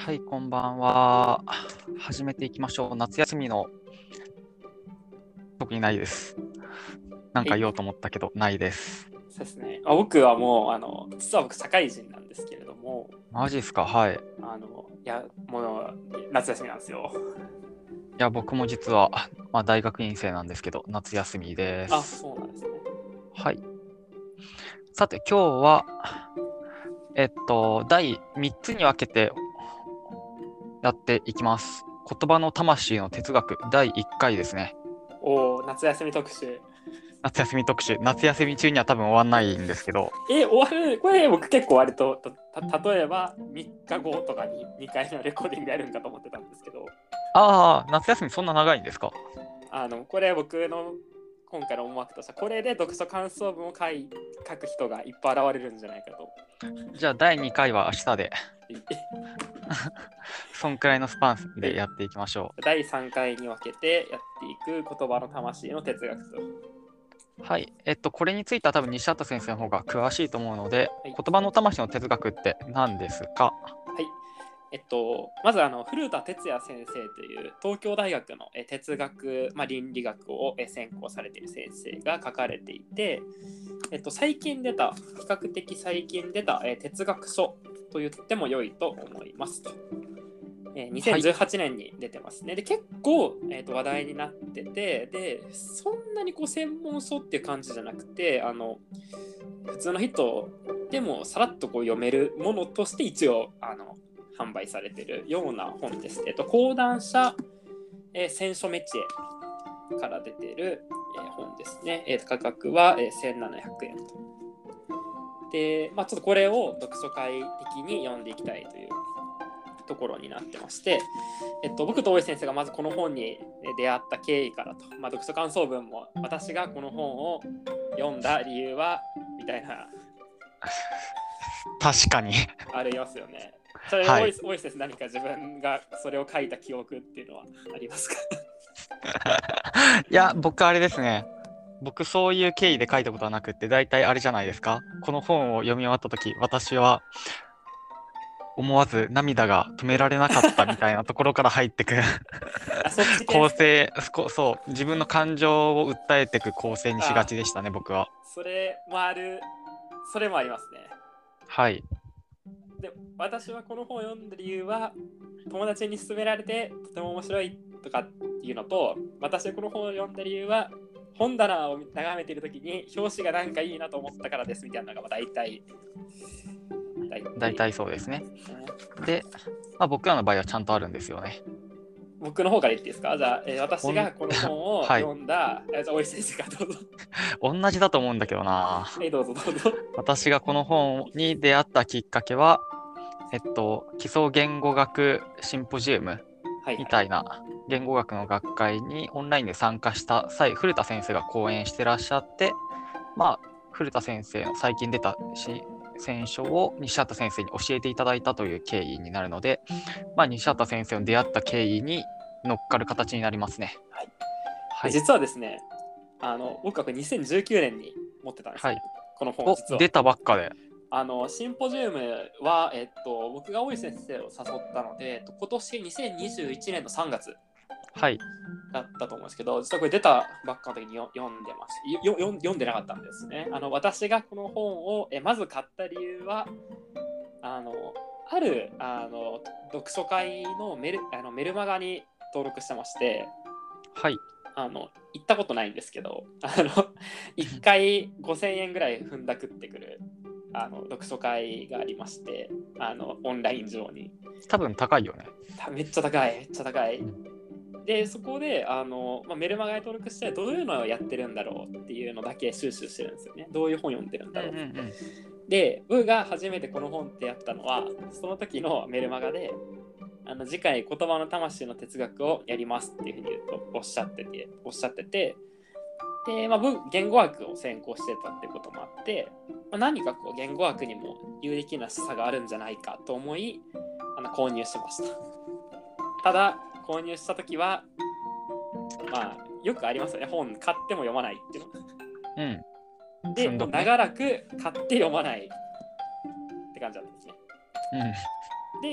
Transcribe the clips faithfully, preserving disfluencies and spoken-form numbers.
はい、こんばんは。始めていきましょう。夏休みの特にないです。なんはい、 か言おうと思ったけど、ないです。 そうですね。あ僕はもうあの実は僕社会人なんですけれども、 マジっすか？はい。いあのいやもう夏休みなんですよ。 や、僕も実は、まあ、大学院生なんですけど、夏休みであ、 す。 そうなんですね。 はい。さて、今日は、えっと、だいみっつに分けてやっていきます。言葉の魂の哲学だいいっかいですね。 おー、夏休み特集。 夏休み特集。夏休み中には多分終わんないんですけど、 え、終わるこれ僕結構割とたた例えばみっかごとかににかいのレコーディングやるんかと思ってたんですけど、 ああ、夏休みそんな長いんですか？ あのこれ僕の今回の思惑としてはこれで読書感想文を書い書く人がいっぱい現れるんじゃないかと。 じゃあ、だいにかいは明日で。そんくらいのスパンはい、 でやっていきましょだいさんかいに分けてやっていく言葉の魂の哲学と。 う。はい。えっと、これについては多分西畑先生の方が詳しいと思うので、 はい、 言葉の魂の哲学って何ですか？ はい。えっと、まずあの古田哲也先生という東京大学の哲学、まあ、倫理学を専攻されている先生が書かれていて、えっと、最近出た比較的最近出た哲学書と言っても良いと思いますと。 はい。 にせんじゅうはちねんに出てますね。で結構、えーと話題になってて、でそんなにこう専門書っていう感じじゃなくて、あの普通の人でもさらっとこう読めるものとして一応あの販売されているような本です。えっと、講談社、えー、選書メチエから出ている、えー本ですね。えー、価格は、えー、せんななひゃくえんと。で、まあ、ちょっとこれを読書会的に読んでいきたいというところになってまして、えっと、僕と大石先生がまずこの本に出会った経緯からと、まあ、読書感想文も私がこの本を読んだ理由はみたいな確かに。 ありますよね。それはい。 大石大石先生何か自分がそれを書いた記憶っていうのはありますか？ いや、僕あれですね。僕そういう経緯で書いたことはなくって、大体あれじゃないですか。この本を読み終わった時、私は思わず涙が止められなかったみたいなところから入ってくあ、そっち系ですか？ 構成、そう、自分の感情を訴えていく構成にしがあ、 ちでしたね、僕は。 それもある、それもありますね。 はい。 で、私はこの本を読んだ理由は友達に勧められてとても面白いとかっていうのと、私がこの本を読んだ理由は本棚を眺めているときに表紙がなんかいいなと思ったからですみたいなのが大体大体大体そうですね。 ですね。 で、まあ、僕らの場合はちゃんとあるんですよね。 僕の方から言っていいですか？じゃあ、えー私おんがこの本をはい。 読んだ、えーじゃあ、大石先生がどうぞ。 同じだと思うんだけどな。 はい、どうぞどうぞ。 私がこの本に出会ったきっかけは、えっと、基礎言語学シンポジウムはいはい。 みたいな言語学の学会にオンラインで参加した際、古田先生が講演してらっしゃって、まあ、古田先生の最近出たし選書を西畑先生に教えていただいたという経緯になるので、まあ、西畑先生の出会った経緯に乗っかる形になりますね。 はい、 はい。 で実はですね、あの僕はこれにせんじゅうきゅうねんに持ってたんですよ。 はい。 この本、 お、 実は。 出たばっかで。 あのシンポジウムは、えっと、僕が大石先生を誘ったので、えっと、今年にせんにじゅういちねんのさんがつはい。 だったと思うんですけど、実はこれ出たばっかの時によ読んでましたよよ。読んでなかったんですね。あの私がこの本をえまず買った理由は、あのあるあの読書会のメルあのメルマガに登録してまして、 はい。 あの行ったことないんですけど、あのいっかいごせんえんぐらい踏んだくってくるあの読書会がありまして、あのオンライン上に多分高いよね。 めっちゃ高いめっちゃ高い。でそこであの、まあ、メルマガに登録してどういうのをやってるんだろうっていうのだけ収集してるんですよね。どういう本読んでるんだろう。 うんうんうん。 で僕が初めてこの本ってやったのはその時のメルマガで、あの次回言葉の魂の哲学をやりますっていうふうに言うとおっしゃってておっしゃっててで、まあ、言語学を専攻してたってこともあって、まあ、何かこう言語学にも有益な差があるんじゃないかと思い、あの購入しました。ただ購入した時はまあよくありますよね、本買っても読まないっていううん。 ので、もう積んどくね。 長らく買って読まないって感じだったんですね。 うん。 で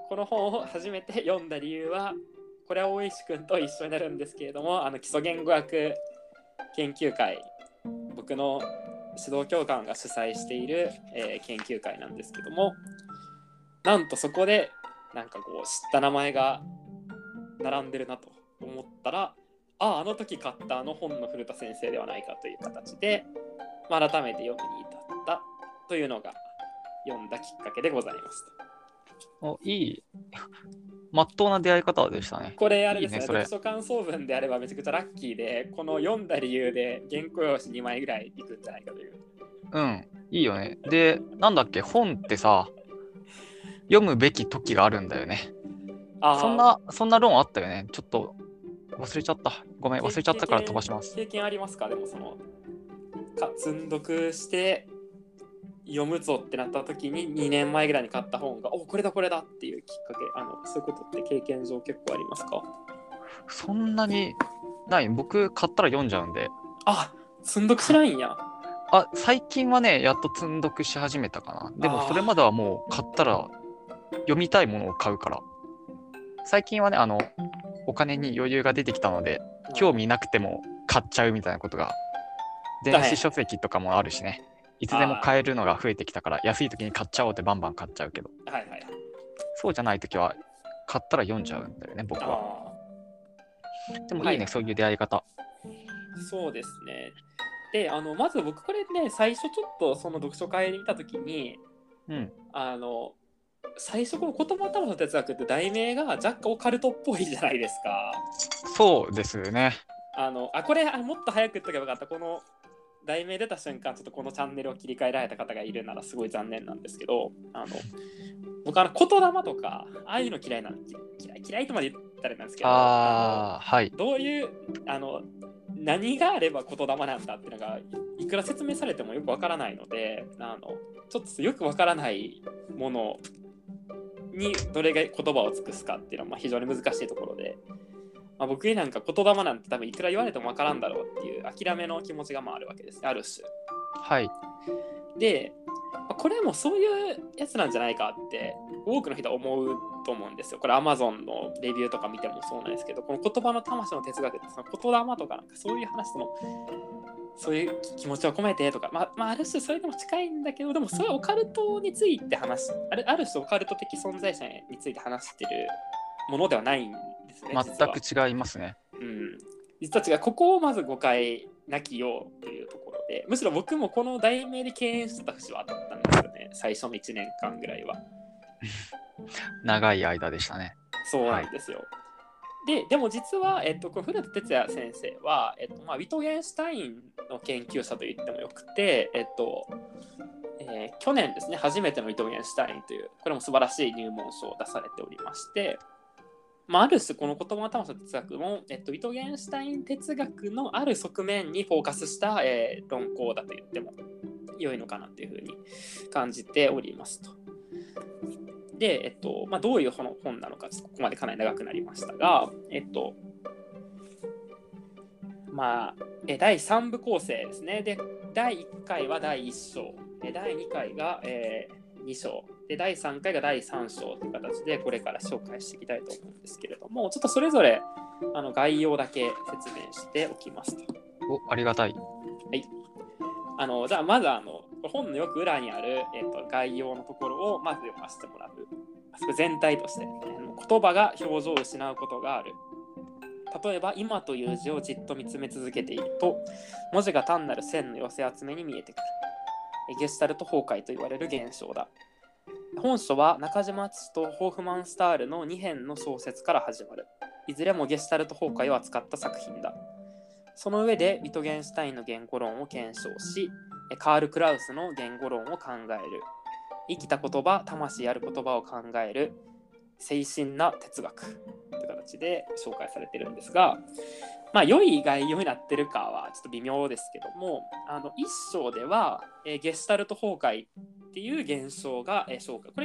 この本を初めて読んだ理由は、これは大石くんと一緒になるんですけれども、あの基礎言語学研究会、僕の指導教官が主催している、えー研究会なんですけども、なんとそこでなんかこう知った名前が並んでるなと思ったら、ああ、あの時買ったあの本の古田先生ではないかという形で、まあ、改めて読みに至ったというのが読んだきっかけでございますと。 お、いい、まっとうな出会い方でしたね。 これあれですね、 いいねそれ読書感想文であればめちゃくちゃラッキーで、この読んだ理由で原稿用紙にまいぐらいいくんじゃないかという。 うん、いいよね。で、なんだっけ、本ってさ、読むべき時があるんだよね。 あーそんな、そんな論あったよね。ちょっと忘れちゃった。ごめん、 け忘れちゃったから飛ばします。 経験経験ありますか？でもそのか積んどくして読むぞってなった時ににねんまえぐらいに買った本がおこれだこれだっていうきっかけ、あのそういうことって経験上結構ありますか？ そんなにない。僕、買ったら読んじゃうんで。 あ、積んどくしないんや。 あ、最近はね、やっと積んどくし始めたかな。でも、 あーそれまではもう買ったら読みたいものを買うから。最近はね、あの、お金に余裕が出てきたので、興味なくても買っちゃうみたいなことが、電子書籍とかもあるしね。いつでも買えるのが増えてきたから、安い時に買っちゃおうってバンバン買っちゃうけど、 はいはい。 そうじゃない時は、買ったら読んじゃうんだよね、僕は。 あでもいいね、 はいそういう出会い方。 ーそうですね。で、あのまず僕これね、最初ちょっとその読書会で見た時に、 うん。 あの最初この言葉頭の哲学って題名が若干オカルトっぽいじゃないですか。 そうですね。 あのあこれあもっと早く言っとけばよかった。この題名出た瞬間ちょっとこのチャンネルを切り替えられた方がいるならすごい残念なんですけど、あの僕あの言霊とかああいうの嫌いなん嫌い嫌いとまで言ったらなんですけど、 ああ、はい。 のどういうあの何があれば言霊なんだっていうのがいくら説明されてもよくわからないので、あのちょっとよくわからないものにどれが言葉を尽くすかっていうのはまあ非常に難しいところで、まあ、僕になんか言霊なんて多分いくら言われてもわからんだろうっていう諦めの気持ちがまああるわけですね、ある種。 はい。 で、まあこれもそういうやつなんじゃないかって多くの人は思うと思うんですよ。これ Amazon のレビューとか見てもそうなんですけど、この言葉の魂の哲学ってその言霊とかなんかそういう話のそういう気持ちを込めてとか、まあ、まあ、ある種それでも近いんだけど、でもそれはオカルトについて話しあるある種オカルト的存在者について話してるものではないんですね。 全く違いますね。 うん、実は違う。ここをまず誤解なきようというところで、むしろ僕もこの題名で敬遠してた節はあったんですよね、最初のいちねんかんぐらいは。 長い間でしたね。 そうなんですよ。はい、で, でも実は、えっと、この古田哲也先生は、えっとまあ、ウィトゲンシュタインの研究者と言ってもよくて、えっとえー、去年ですね、初めてのウィトゲンシュタインという、これも素晴らしい入門書を出されておりまして、まあ、ある種この言葉の魂の哲学も、えっと、ウィトゲンシュタイン哲学のある側面にフォーカスした、えー、論考だと言っても良いのかなというふうに感じておりますと。で、えっとまあ、どういう本なのか、ここまでかなり長くなりましたが、えっとまあ、だいさん部構成ですね。で、だいいっかいはだいいっ章、だいにかいが、えー、に章で、だいさんかいがだいさん章という形でこれから紹介していきたいと思うんですけれども、ちょっとそれぞれあの概要だけ説明しておきますと。 お、ありがたい。 はい。あのじゃあまずあの本のよく裏にある、えー、と概要のところをまず読ませてもらう。それ全体として、ね、言葉が表情を失うことがある。例えば今という字をじっと見つめ続けていると、文字が単なる線の寄せ集めに見えてくる。ゲシュタルト崩壊と言われる現象だ。本書は中島敦とホーフマンスタールのに編の小説から始まる。いずれもゲシュタルト崩壊を扱った作品だ。その上でウィトゲンシュタインの言語論を検証し、カール・クラウスの言語論を考える。生きた言葉、魂ある言葉を考える精神な哲学という形で紹介されているんですが、まあ良い概要になってるかはちょっと微妙ですけども、あの一章では、えー、ゲシュタルト崩壊っていう現象が、えー、紹介。これ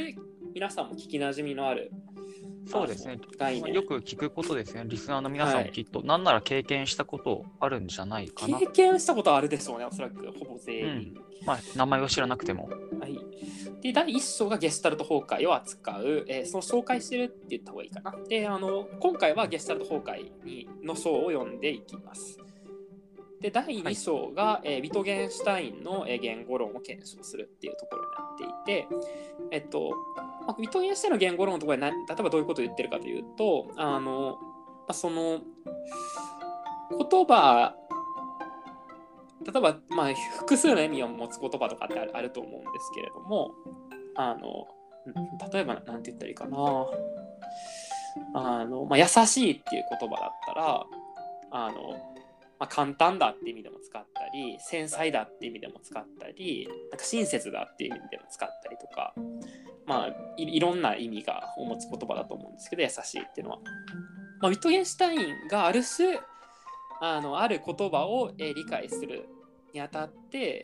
皆さんも聞きなじみのあるそうですね。 概念。 よく聞くことですね。リスナーの皆さんもきっと、はい、なんなら経験したことあるんじゃないかな。 経験したことあるでしょうね、おそらく、ほぼ全員。うん、 まあ、名前を知らなくても。 はい。で、だいいっ章がゲシュタルト崩壊を扱う、えー、その紹介してるって言った方がいいかな。で、あの、今回はゲシュタルト崩壊にの章を読んでいきます。で、だいに章が、はい、えー、ビトゲンシュタインの言語論を検証するっていうところになっていて、えっと、まあ、ビトゲンシュタインの言語論のところで、例えばどういうことを言ってるかというと、あの、まあ、その、言葉、例えば、まあ、複数の意味を持つ言葉とかってある、あると思うんですけれども、あの、例えば、なんて言ったらいいかな。あの、まあ、優しいっていう言葉だったら、あの、まあ、簡単だって意味でも使ったり、繊細だって意味でも使ったり、なんか親切だっていう意味でも使ったりとか、まあ、い, いろんな意味がを持つ言葉だと思うんですけど、優しいっていうのは。まあ、ウィトゲンシュタインがある種、あの、ある言葉を、えー、理解するにあたって、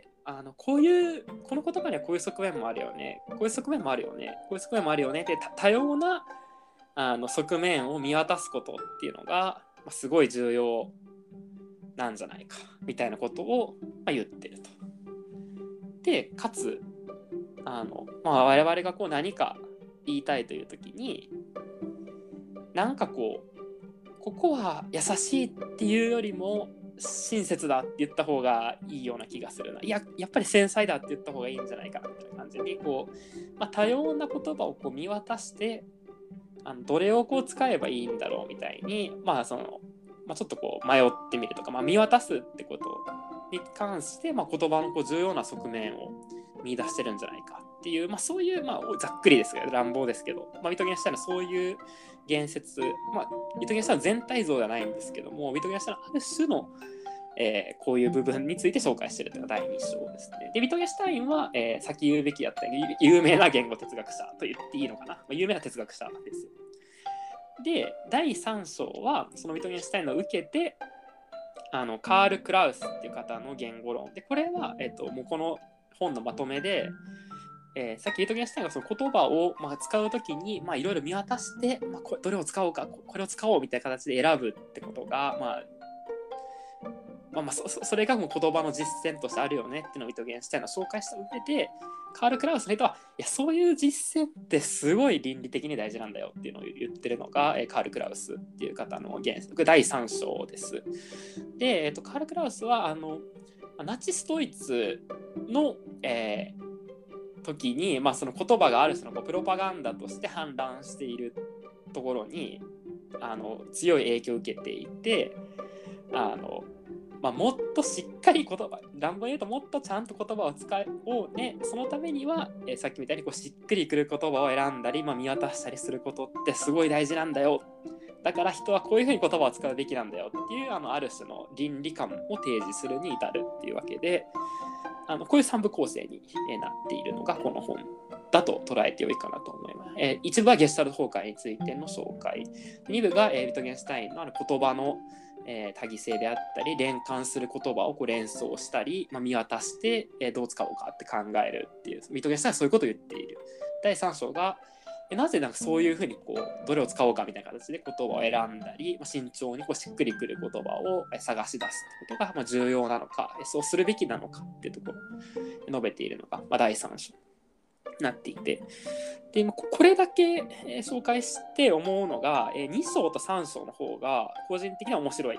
あの、こういう、この言葉にはこういう側面もあるよね、こういう側面もあるよね、こういう側面もあるよねって、多様なあの側面を見渡すことっていうのが、まあ、すごい重要なんじゃないかみたいなことを、まあ、言ってると。で、かつあの、まあ、我々がこう何か言いたいというときに、なんかこうここは優しいっていうよりも親切だって言った方がいいような気がするな。いや、やっぱり繊細だって言った方がいいんじゃないかなみたいな感じにこう、まあ、多様な言葉をこう見渡して、あのどれをこう使えばいいんだろうみたいに、まあそのまあ、ちょっとこう迷ってみるとか、まあ、見渡すってことに関して、まあ、言葉のこう重要な側面を見出してるんじゃないかっていう、まあ、そういう、まあ、ざっくりですけど乱暴ですけど、まあ、ビトゲンシュタインのそういう言説、まあ、ビトゲンシュタインの全体像ではないんですけども、ビトゲンシュタインのある種の、えー、こういう部分について紹介しているというのがだいに章ですね。で、ビトゲンシュタインは、えー、先言うべきやったり有名な言語哲学者と言っていいのかな、まあ、有名な哲学者です。で、だいさん章はそのビトゲンシュタインのを受けて、あのカール・クラウスっていう方の言語論で、これは、えっと、もうこの本のまとめで、えー、さっきビトゲンシュタインがその言葉を、まあ、使うときにいろいろ見渡して、まあ、これどれを使おうか、これを使おうみたいな形で選ぶってことが、まあまあ、まあ そ, それがもう言葉の実践としてあるよねっていうのをビトゲンシュタインの紹介した上で、カール・クラウスの人は、いや、そういう実践ってすごい倫理的に大事なんだよっていうのを言ってるのが、カール・クラウスっていう方の原則、だいさん章です。で、えっと、カール・クラウスは、あの、ナチスドイツの、えー、時に、まあ、その言葉がある種のプロパガンダとして氾濫しているところに、あの、強い影響を受けていて、あの、まあ、もっとしっかり言葉、乱暴に言うともっとちゃんと言葉を使おうね。そのためには、えー、さっきみたいにこうしっくりくる言葉を選んだり、まあ、見渡したりすることってすごい大事なんだよ。だから人はこういうふうに言葉を使うべきなんだよっていう、あの、ある種の倫理観を提示するに至るっていうわけで、あのこういう三部構成になっているのがこの本だと捉えてよいかなと思います。えー、一部はゲシュタルト崩壊についての紹介。二部が、えー、ビトゲンシュタインのある言葉のえー、多義性であったり連関する言葉をこう連想したり、まあ、見渡して、えー、どう使おうかって考えるっていう、ビトゲンシュタインはそういうことを言っている。だいさん章が、えー、なぜなんかそういうふうにこうどれを使おうかみたいな形で言葉を選んだり、まあ、慎重にこうしっくりくる言葉を探し出すってことがまあ重要なのか、そうするべきなのかっていうところを述べているのが、まあ、だいさん章なっていて、でこれだけ紹介して思うのがに章とさん章の方が個人的には面白い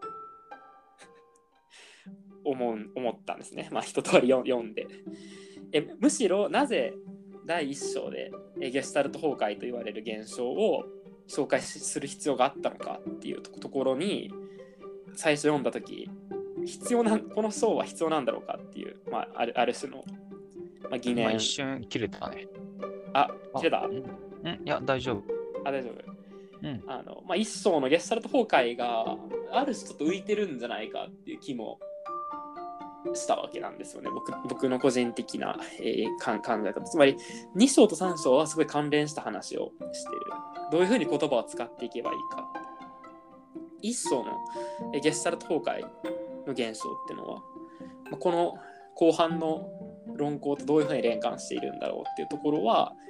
思う思ったんですね。まあ一通り読んでえむしろなぜだいいち章でゲシュタルト崩壊と言われる現象を紹介する必要があったのかっていうところに最初読んだ時必要なこの章は必要なんだろうかっていう、まあ、あるある種のまあ、疑念。 まあ、一瞬切れたね。 あ、切れた？ うん、いや、大丈夫。 あ、大丈夫。 うん。 あの、まあ、一章のゲシュタルト崩壊がある種ちょっと浮いてるんじゃないかっていう気もしたわけなんですよね。僕、僕の個人的な、えー、考え方。つまり、に章とさん章はすごい関連した話をしている。どういうふうに言葉を使っていけばいいか。いち章のゲシュタルト崩壊の現象っていうのは、まあ、この後半の論考とどういうふうに連関しているんだろうっていうところは、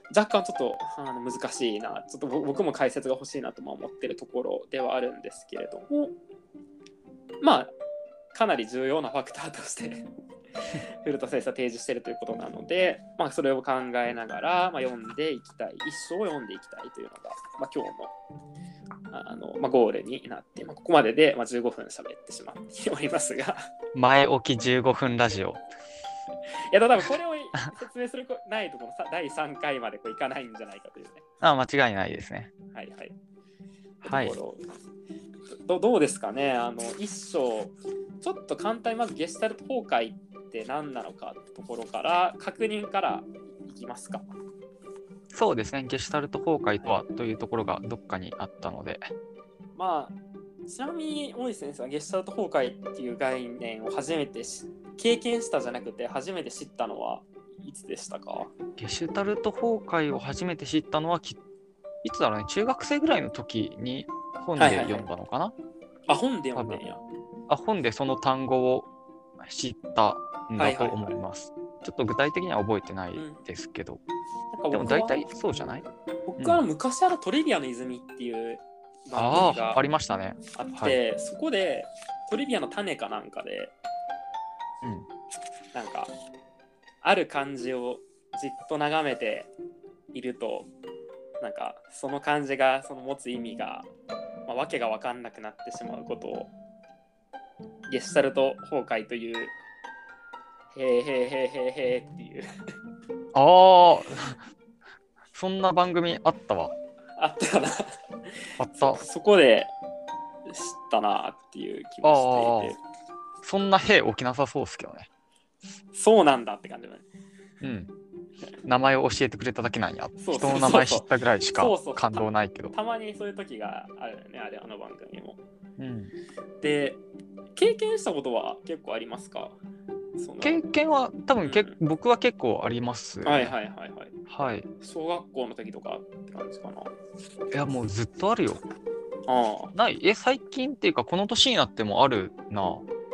若干ちょっとあの難しいな、ちょっと僕も解説が欲しいなと思ってるところではあるんですけれども、まあかなり重要なファクターとして古田先生は提示しているということなので、まあ、それを考えながら、まあ、読んでいきたい、一生を読んでいきたいというのが、まあ、今日の、あの、まあ、ゴールになって、まあ、ここまでで、まあ、じゅうごふん喋ってしまっておりますが前置きじゅうごふんラジオ。 いや、多分これを説明することないとこのだいさんかいまでこういかないんじゃないかというね。 あ、間違いないですね。 はいはい。 はい。 ど, どうですかね、あの一章、ちょっと簡単にまずゲシュタルト崩壊って何なのかってところから確認からいきますか。 そうですね、ゲシュタルト崩壊とはというところがどっかにあったので。 まあ、ちなみに大石先生はゲシュタルト崩壊っていう概念を初めて経験したじゃなくて初めて知ったのはいつでしたか？ ゲシュタルト崩壊を初めて知ったのはきいつだろうね、中学生ぐらいの時に本で読んだのかな、はいはいはい、 あ、本で読んでんや。 あ、本でその単語を知ったんだと思います。はいはいはい、ちょっと具体的には覚えてないですけど。うん、でも大体そうじゃない？ 僕は昔あのトリビアの泉っていう番組がありましたね。 あって、はい、そこでトリビアの種かなんかで、うん、なんかある漢字をじっと眺めていると、なんかその漢字がその持つ意味が、まあ、わけが分かんなくなってしまうことをゲシュタルト崩壊というへーへーへーへーへーっていうああそんな番組あったわ。 あったかなあったそ, そこで知ったなっていう気もしていて、 そんなへ起きなさそうですけどね。 そうなんだって感じだね。 うん名前を教えてくれただけなんや。そうそうそうそう、人の名前知ったぐらいしか感動ないけど。 そうそうそう、 た, たまにそういう時があるよね、あれ、あの番組も。 うん、 で、経験したことは結構ありますか？ その経験は多分け、うん、僕は結構あります、ね。 はいはいはいはい。 はい。 小学校の時とかって感じかな。 いや、もうずっとあるよ。 ああ。 ないえ、最近っていうか、この年になってもあるな。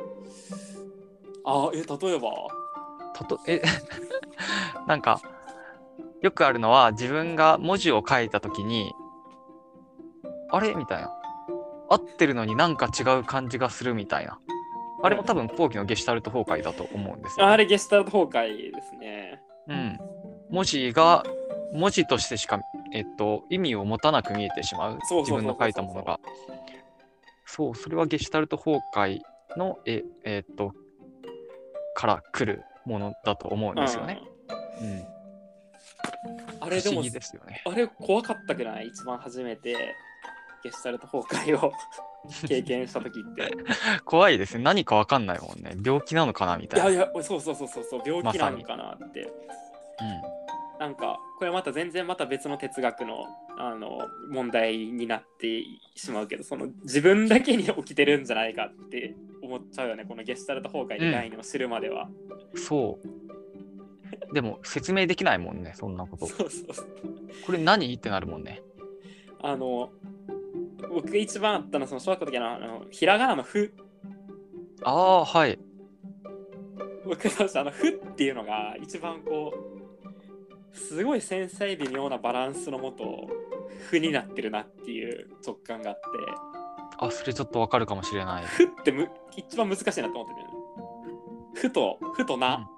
ああ、え、例えばたとえなんかよくあるのは自分が文字を書いたときにあれみたいな、合ってるのになんか違う感じがするみたいな、あれも多分後期のゲシュタルト崩壊だと思うんですよ、ね、 あれゲシュタルト崩壊ですね。 うん、文字が文字としてしか、えっと、意味を持たなく見えてしまう、自分の書いたものが。そう、それはゲシュタルト崩壊のえ、えっとから来るものだと思うんですよね。うん、うん、 あれでも不思議ですよね。 あれ怖かったくない？一番初めてゲシュタルト崩壊を経験した時って怖いですね。何か分かんないもんね。病気なのかなみたいな。 いやいや、そうそうそうそう、病気なのかなって、ま、うん、なんかこれまた全然また別の哲学のあの問題になってしまうけど、その自分だけに起きてるんじゃないかって思っちゃうよね、このゲシュタルト崩壊で概念を知るまでは、 うん、そうでも説明できないもんね、そんなこと。 そうそうそう、 これ何ってなるもんね。 あの僕が一番あったのはその小学校の時のあのひらがなのふ。 ああ、はい。 僕としてあのふっていうのが一番こうすごい繊細微妙なバランスのもとふになってるなっていう直感があって、 あ、それちょっとわかるかもしれない。 ふってむ一番難しいなと思ってる、ね、ふとふとな、うん、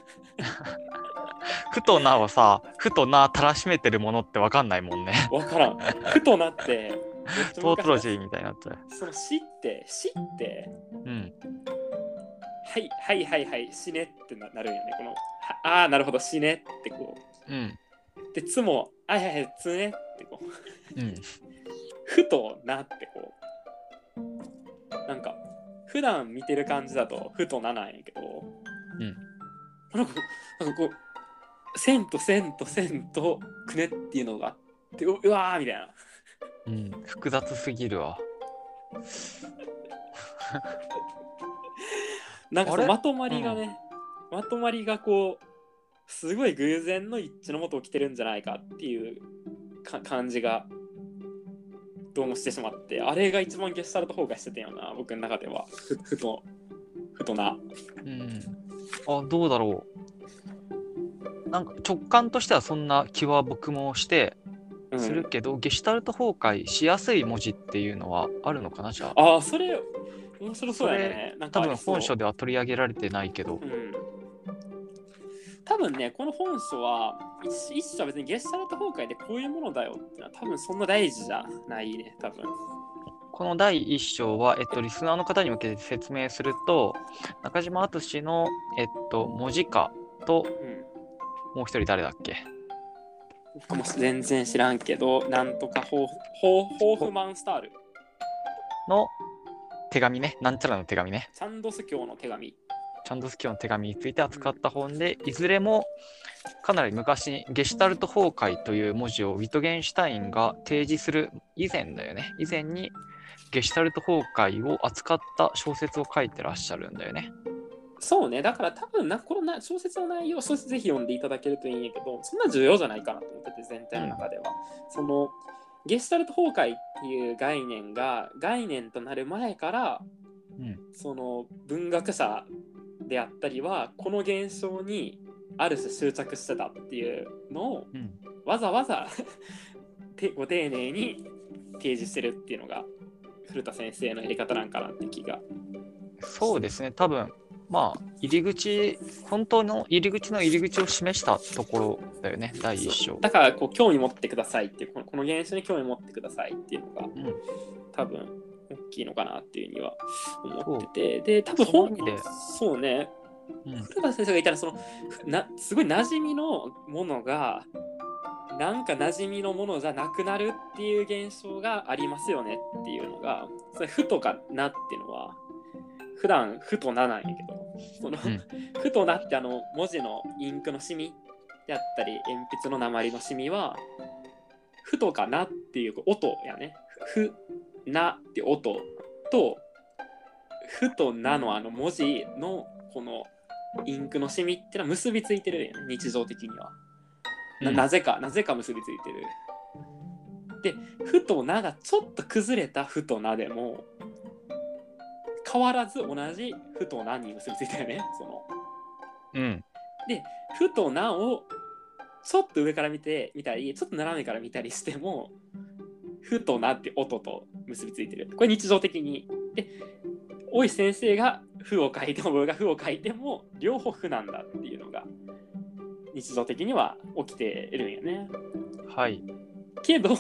ふとなをさ、ふとなたらしめてるものってわかんないもんね。 わからん。ふとなってトートロジーみたいになっちゃう。 そのしってしって、 うん、 はいはいはいはい死ねって な, なるんよね。このああなるほど死ねってこう、うん、 でつもはいはいはいつねってこう、うん、 ふとなってこうなんか普段見てる感じだとふとななんやけど、 うん、 なんかなんかこう線と線と線とくねっていうのがあってうわーみたいな、 うん、複雑すぎるわ。 なんかそのまとまりがね、うん、まとまりがこうすごい偶然の一致のもと起きてるんじゃないかっていうか感じがどうもしてしまって、あれが一番ゲシュタルト崩壊してたよな、僕の中では。ふ, ふとふとな、 うん、あ、どうだろう。 なんか直感としてはそんな気は僕もしてうん、 するけど、ゲシュタルト崩壊しやすい文字っていうのはあるのかな。じゃあああ、それ面白そうやそね。なん多分かありそう。 本書では取り上げられてないけど、 うん、多分ね、この本書は一一書は別にゲシュタルト崩壊でこういうものだよってのは多分そんな大事じゃないね、多分。 このだいいっ章は、えっと、リスナーの方に向けて説明すると、中島敦の、えっと、文字化と、 うん、 もう一人誰だっけ。 僕も全然知らんけど、なんとかホーホーホーフマンスタールの手紙ね、なんちゃらの手紙ね、 チャンドス教の手紙。 チャンドス教の手紙について扱った本で、いずれもかなり昔にゲシュタルト崩壊という文字をウィトゲンシュタインが提示する以前だよね。以前にゲシュタルト崩壊を扱った小説を書いてらっしゃるんだよね。 そうね、だから多分な、このな小説の内容をぜひ読んでいただけるといいんやけど、そんな重要じゃないかなと思ってて、全体の中では。うん、そのゲシュタルト崩壊っていう概念が概念となる前から、うん、その文学者であったりはこの現象にある種執着してたっていうのを、うん、わざわざご丁寧に提示してるっていうのが古田先生のやり方なんかなって気が。 そうですね、多分まあ入り口、本当の入り口の入り口を示したところだよね、だいいっ章。 だからこう興味持ってくださいっていう、この、この現象に興味持ってくださいっていうのが、うん、多分大きいのかなっていうには思ってて、で多分本でそうね、うん、古田先生が言ったらそのなすごい馴染みのものがなんか馴染みのものじゃなくなるっていう現象がありますよねっていうのが、それふとかなっていうのは普段ふとななんやけど、その、うん、ふとなってあの文字のインクのシミであったり鉛筆の鉛のシミはふとかなっていう音やね。ふなって音とふとなのあの文字のこのインクのシミってのは結びついてるよね、日常的には。な, なぜかなぜか結びついてる。でふとながちょっと崩れたふとなでも変わらず同じふとなに結びついてるね、その。 うん。 でふとなをちょっと上から見てみたりちょっと斜めから見たりしてもふとなって音と結びついてる。これ日常的に。で大石先生がふを書いても僕がふを書いても両方ふなんだっていうのが日常的には起きてるんよね。 はい。 けど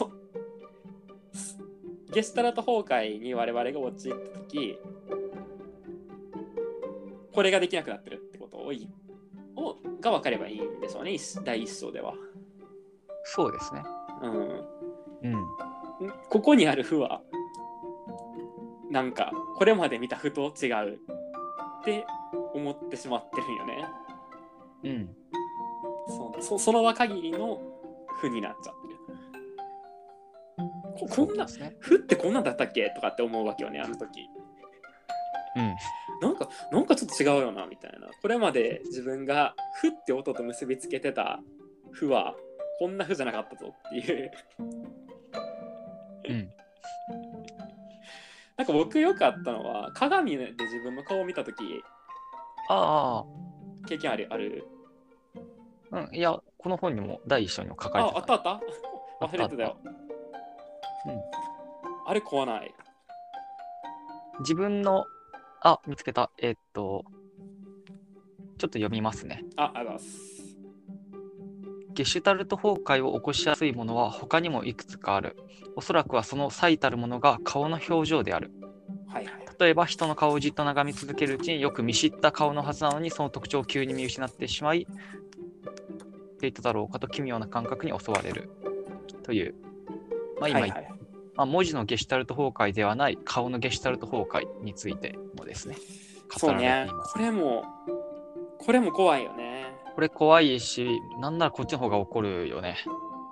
ゲシュタルト崩壊に我々が陥った時これができなくなってるってことををが分かればいいんでしょうね、第一章では。 そうですね。 うん。 うん。 ここにあるふはなんかこれまで見たふと違うって思ってしまってるんよね。 うん。 そ, そ, その場限りのふになっちゃってる。こ, こんな、ね、ふってこんなんだったっけとかって思うわけよね、あの時。 うん。 なんかなんかちょっと違うよなみたいな。これまで自分がふって音と結びつけてたふはこんなふじゃなかったぞっていう。 うん。 なんか僕よくあったのは鏡で自分の顔を見たとき、 ああ経験あるある。 うん、いやこの本にも第一章にも書かれてた。 あ、あったあった忘れてたよ。うん。あれ怖ない。 自分のあ見つけたえー、っとちょっと読みますね。 あ、ありがとうございます。 ゲシュタルト崩壊を起こしやすいものは他にもいくつかある。おそらくはその最たるものが顔の表情である。 はいはい、 例えば人の顔をじっと眺め続けるうちによく見知った顔のはずなのにその特徴を急に見失ってしまいっていただろうかと奇妙な感覚に襲われるという、まあ、今、はいはい、まあ、文字のゲシュタルト崩壊ではない顔のゲシュタルト崩壊についてもですね語られています。 そうね、これもこれも怖いよね。 これ怖いし、なんならこっちの方が怒るよね。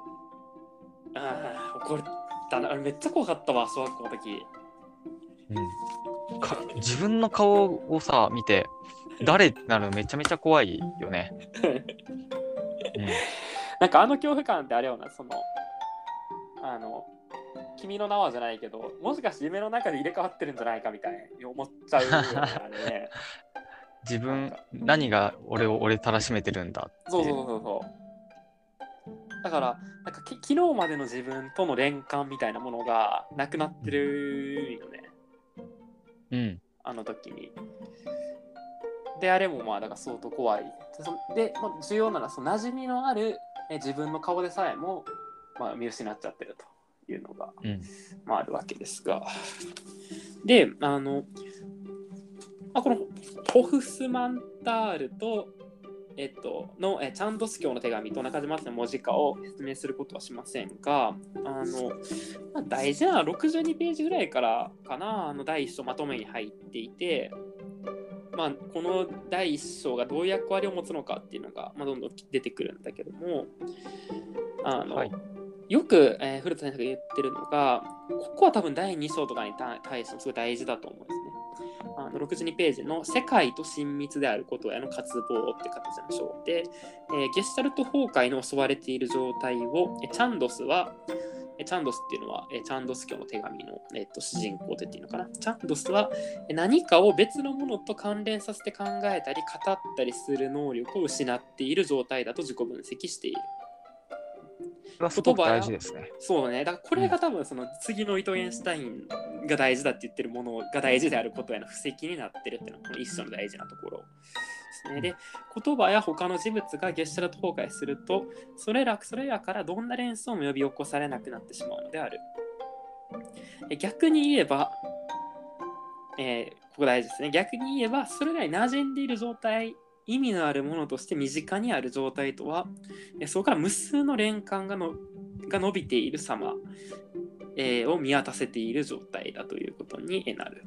ああ、怒ったな。めっちゃ怖かったわ、小学校の時。 うん、か自分の顔をさ見て誰ってなるのめちゃめちゃ怖いよね。うん、 なんかあの恐怖感ってあれよな、そのあの君の名はじゃないけど、もしかして夢の中で入れ替わってるんじゃないかみたいに思っちゃうよね。 自分何が俺を俺たらしめてるんだっていう。 そうそうそうそうだからなんかき昨日までの自分との連関みたいなものがなくなってるよね、 うん、 あの時に。であれもまあだから相当怖いで、まあ、重要なのはその馴染みのあるえ自分の顔でさえも、まあ、見失っちゃってるというのが、 うんまあ、あるわけですが、であの、まあ、このホフスマンタールとえっと、のえチャンドス教の手紙と中島さんの文字化を説明することはしませんが、あの、まあ、大事なろくじゅうにページぐらいからかな、あの第一章まとめに入っていて、まあ、この第一章がどういう役割を持つのかっていうのが、まあ、どんどん出てくるんだけども、あの、はい、よく、えー、古田先生が言ってるのが、ここは多分第二章とかに対してもすごい大事だと思うんですね。あのろくじゅうにページの世界と親密であることへの渇望って形の章で、えー、ゲシュタルト崩壊に襲われている状態をチャンドスはチャンドスっていうのはチャンドス教の手紙の、えー、と主人公でっていうのかな。チャンドスは何かを別のものと関連させて考えたり語ったりする能力を失っている状態だと自己分析している。 これはすごく大事ですね。 そうね。だからこれが多分その次のイトゲンシュタインが大事だって言ってるものが大事であることへの布石になってるっていうのがこの一章の大事なところですね。で、言葉や他の事物がゲシュタルト崩壊すると、それらそれらからどんな連想も呼び起こされなくなってしまうのである。逆に言えば、えー、ここ大事ですね。逆に言えば、それらに馴染んでいる状態、意味のあるものとして身近にある状態とは、そこから無数の連関がのが伸びている様、えー、を見渡せている状態だということになる。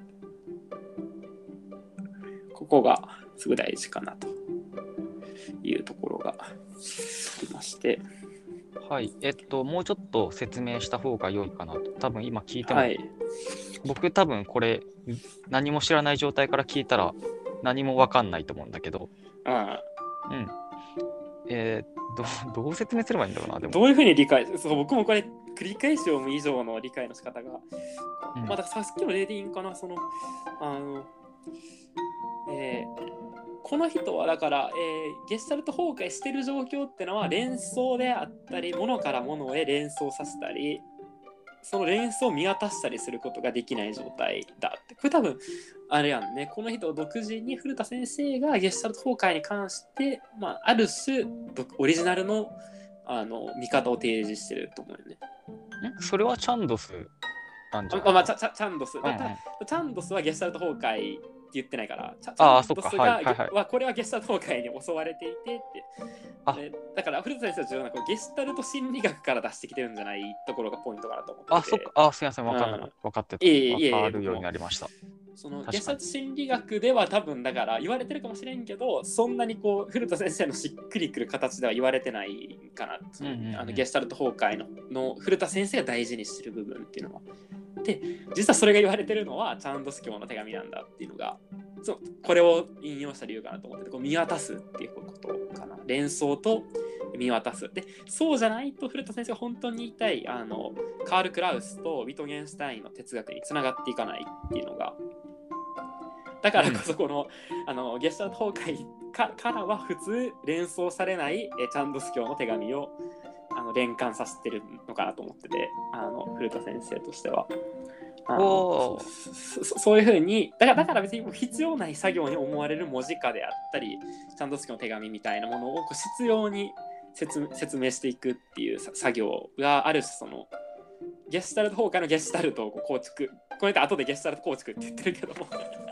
ここがすごい大事かなというところがありまして、 はい、えっともうちょっと説明した方が良いかなと。多分今聞いても、はい、僕多分これ何も知らない状態から聞いたら何も分かんないと思うんだけど、 ああ、うん、えー、ど, どう説明すればいいんだろうな。でもどういうふうに理解、そう僕もこれ繰り返し読む以上の理解の仕方が、うん、まあだからさっきの例でいいんかな、そのあの、えー、この人はだから、えー、ゲシュタルト崩壊してる状況ってのは連想であったり、物から物へ連想させたり、その連想を見渡したりすることができない状態だって。これ多分あれやんね。この人独自に古田先生がゲシュタルト崩壊に関して、まあ、ある種オリジナルの、あの見方を提示してると思うよね。 んそれはチャンドスなんじゃないあ、まあ、チャ、チャンドス、うんうん、チャンドスはゲシュタルト崩壊って言ってないから、チャ, チャンドスが、はいはいはい、これはゲシュタルト崩壊に襲われていてって。あだから古田先生は重要なゲシュタルト心理学から出してきてるんじゃないところがポイントかなと思ってて。 あ、そっか。あ、すいません。分かる、うん、分かってた。分かるようになりました。 そのゲシュタルト心理学では多分だから言われてるかもしれんけど、そんなにこう古田先生のしっくりくる形では言われてないかな。うんうんうん、あのゲシュタルト崩壊 の, の古田先生が大事にしてる部分っていうのは。で、実はそれが言われてるのはチャンドス教の手紙なんだっていうのが、そうこれを引用した理由かなと思ってて、こう見渡すっていうことかな。連想と見渡す。で、そうじゃないと古田先生が本当に言いたいあのカール・クラウスとウィトゲンシュタインの哲学につながっていかないっていうのが、だからこそこの、うん、あのゲシュタルト崩壊 か, からは普通連想されないえチャンドス教の手紙をあの連関させてるのかなと思ってて、あの古田先生としては。お そ, そ, そういうふうにだから、だから別に必要ない作業に思われる文字化であったり、チャンドスキの手紙みたいなものをこう必要に 説, 説明していくっていう作業がある種、そのゲシュタルト崩壊のゲシュタルトをこう構築、これって後でゲシュタルト構築って言ってるけども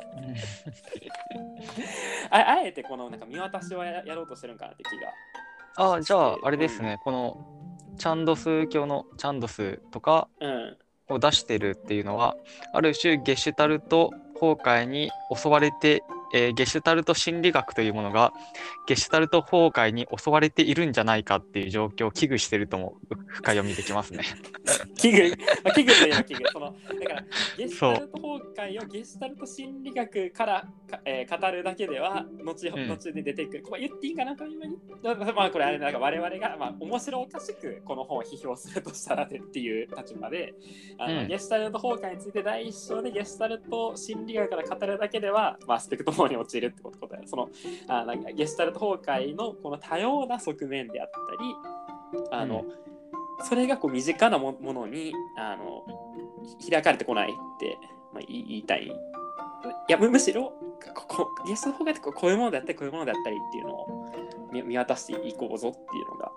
あ, あえてこのなんか見渡しを や, やろうとしてるんかなって気が。あ、じゃああれですね、うん、このチャンドス教のチャンドスとか、うんを出してるっていうのは、ある種ゲシュタルト崩壊に襲われて、えー、ゲシュタルト心理学というものがゲシュタルト崩壊に襲われているんじゃないかっていう状況を危惧してるとも深読みできますね危惧、まあ、危惧といえば危惧、そのだからゲシュタルト崩壊をゲシュタルト心理学からか、えー、語るだけでは後、うん、後で出てくる、これ言っていいかなと今に、まあこれあれなんか我々がまあ面白おかしくこの本を批評するとしたらでっていう立場で、あの、うん、ゲシュタルト崩壊について第一章でゲシュタルト心理学から語るだけでは、まあ、スペクトモ考に陥るってことだよ。そのあなんかゲシュタルト崩壊のこの多様な側面であったり、あの、うん、それがこう身近なものにあの開かれてこないって、まあ、言いたい。いや む, むしろここゲシュタルト崩壊ってこうこういうものであったりこういうものであったりっていうのを 見, 見渡していこうぞっていうのが。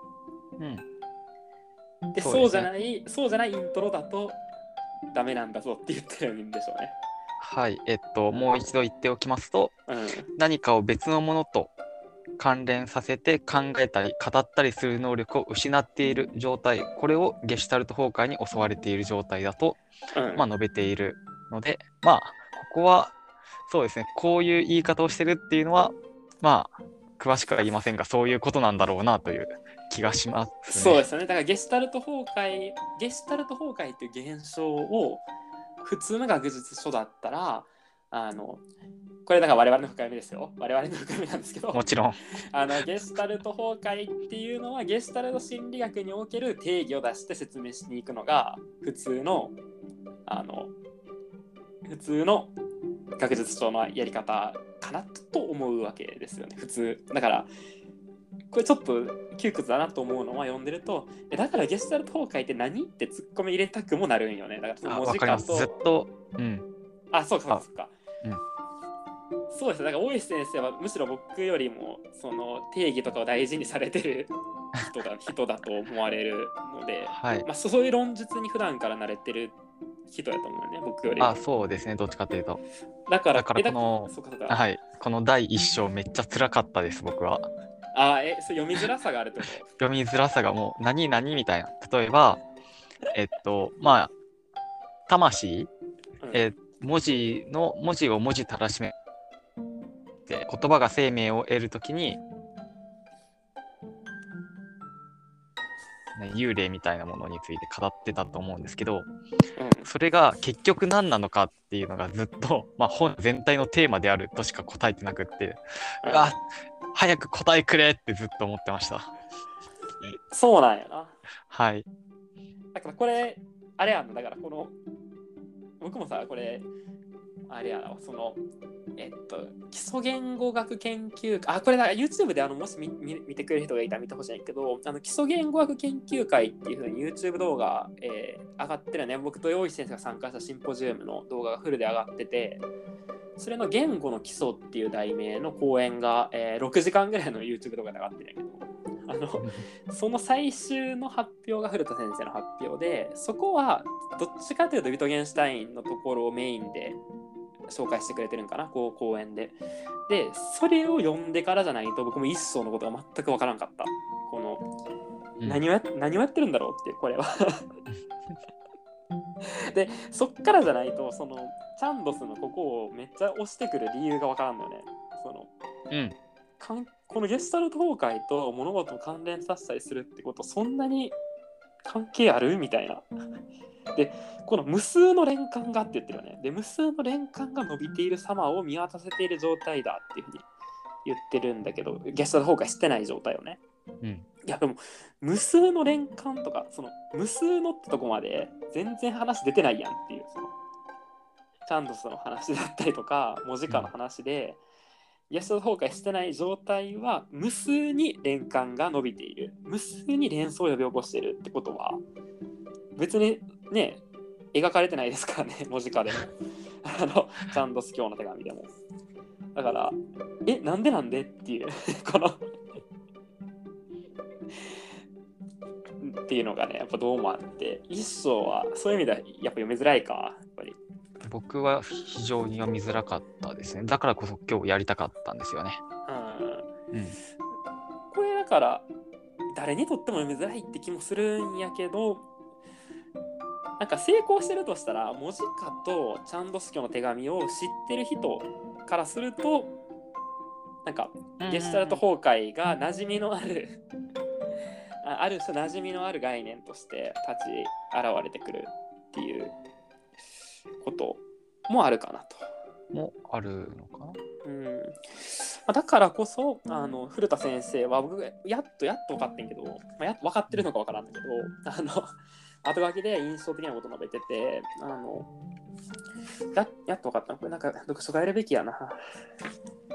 うん、でそう、ね、そうじゃないそうじゃないイントロだとダメなんだぞって言ってるんでしょうね。 はい、えっと、もう一度言っておきますと、うん、何かを別のものと関連させて考えたり語ったりする能力を失っている状態、これをゲシュタルト崩壊に襲われている状態だと、うんまあ、述べているので、まあ、ここはそうですね、こういう言い方をしてるっていうのは、まあ、詳しくは言いませんが、そういうことなんだろうなという気がしますね。 そうですね、だからゲシュタルト崩壊、ゲシュタルト崩壊っていう現象を普通の学術書だったら、あのこれだから我々の深読みですよ。我々の深読みなんですけど、 もちろんあのゲシュタルト崩壊っていうのはゲシュタルト心理学における定義を出して説明しに行くのが普通のあの普通の学術書のやり方かなと思うわけですよね。普通だからこれちょっと窮屈だなと思うのは読んでると、えだからゲシュタルト崩壊って何ってツッコミ入れたくもなるんよね。だから文字化とずっと、うん、 あそうかそうか、うん、そうですね。だから大石先生はむしろ僕よりもその定義とかを大事にされてる人だ人だと思われるので、はいまあ、そういう論述に普段から慣れてる人だと思うね、僕よりも。 あそうですね、どっちかというと。 だから、 だからこのはい、このだいいっ章めっちゃ辛かったです、僕は。 あえそれ読みづらさがあるってこと読みづらさがもう何何みたいな。例えば、えっと、まあ、魂、うんえー、文字の文字を文字たらしめて言葉が生命を得るときに、ね、幽霊みたいなものについて語ってたと思うんですけど、うん、それが結局何なのかっていうのがずっと、まあ、本全体のテーマであるとしか答えてなくって、うん、あ早く答えくれってずっと思ってました。 そうなんやな。 はい。 だからこれあれやんだからこの僕もさこれあれやなそのえっと基礎言語学研究あこれだから YouTube であのもし見見てくれる人がいたら見てほしいんだけど、あの基礎言語学研究会っていう風に YouTube 動画、えー、上がってるね。僕と大石先生が参加したシンポジウムの動画がフルで上がってて、それの言語の基礎っていう題名の講演が、えー、ろくじかんぐらいの YouTube 動画で上がってるんだけど、あのその最終の発表が古田先生の発表で、そこはどっちかというとウィトゲンシュタインのところをメインで紹介してくれてるんかな、こう講演で。で、それを読んでからじゃないと僕も一層のことが全く分からんかった。この、うん、何をや何をやってるんだろうっていう、これは。で、そっからじゃないと、そのチャンドスのここをめっちゃ押してくる理由が分からんのよね。その、うんかんこのゲスタルト崩壊と物事を関連させたりするってことそんなに関係あるみたいな。でこの無数の連環がって言ってるよね。で無数の連環が伸びている様を見渡せている状態だっていうふうに言ってるんだけど、ゲスタルト崩壊してない状態をね、うん、いやでも無数の連環とかその無数のってとこまで全然話出てないやんっていう、そのチャンドスの話だったりとか文字化の話で、うんゲスト崩壊してない状態は無数に連環が伸びている、無数に連想を呼び起こしているってことは別にね描かれてないですからね、文字化でもあのチャンドス教の手紙でも。だからえなんでなんでっていうこのっていうのがねやっぱどうもあって、一章はそういう意味ではやっぱ読みづらいかやっぱり。 僕は非常に読みづらかったですね。だからこそ今日やりたかったんですよね。 うん。うん、これだから誰にとっても読みづらいって気もするんやけど、なんか成功してるとしたら文字化とチャンドスキョの手紙を知ってる人からするとなんかゲシュタルト崩壊が馴染みのあるある種馴染みのある概念として立ち現れてくるっていうこともあるかなと。 もあるのかな。 うんだからこそあの古田先生は僕やっとやっと分かってんけど、まあ、やっと分かってるのか分からんだけど、あの後書きで印象的なこと述べてて、あの や, やっと分かった。これなんか読書会やるべきやな。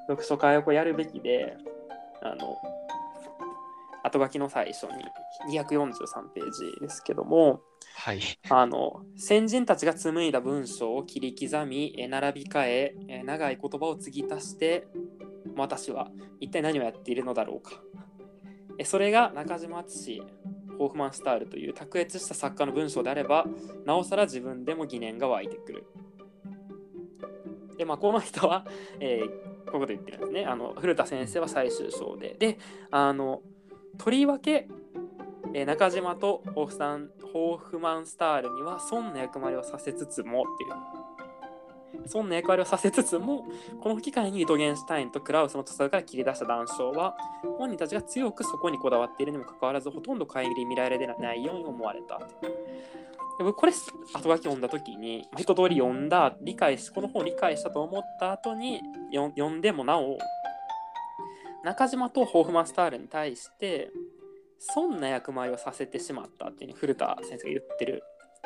読書会をこうやるべきで、あの後書きの最初ににひゃくよんじゅうさんページですけども、 はい。 あの先人たちが紡いだ文章を切り刻み、え並び替え、え長い言葉を継ぎ足して、私は一体何をやっているのだろうか。えそれが中島敦、ホーフマンスタールという卓越した作家の文章であれば、なおさら自分でも疑念が湧いてくる。で、まあ、この人は、えー、こういうこと言ってるんですね。あの古田先生は最終章で。で、あのとりわけ、えー、中島とホーフさんホーフマンスタールには孫の役割をさせつつもっていう孫の役割をさせつつも、この機会にウィトゲンシュタインとクラウスの著作から切り出した談笑は、本人たちが強くそこにこだわっているにもかかわらず、ほとんど顧みられないように思われた。で僕これ後書き読んだ時に一通り読んだ理解しこの本を理解したと思った後に読んでもなお、中島とホーフマンスタールに対してそんな役回りをさせてしまったっていう古田先生が言ってる。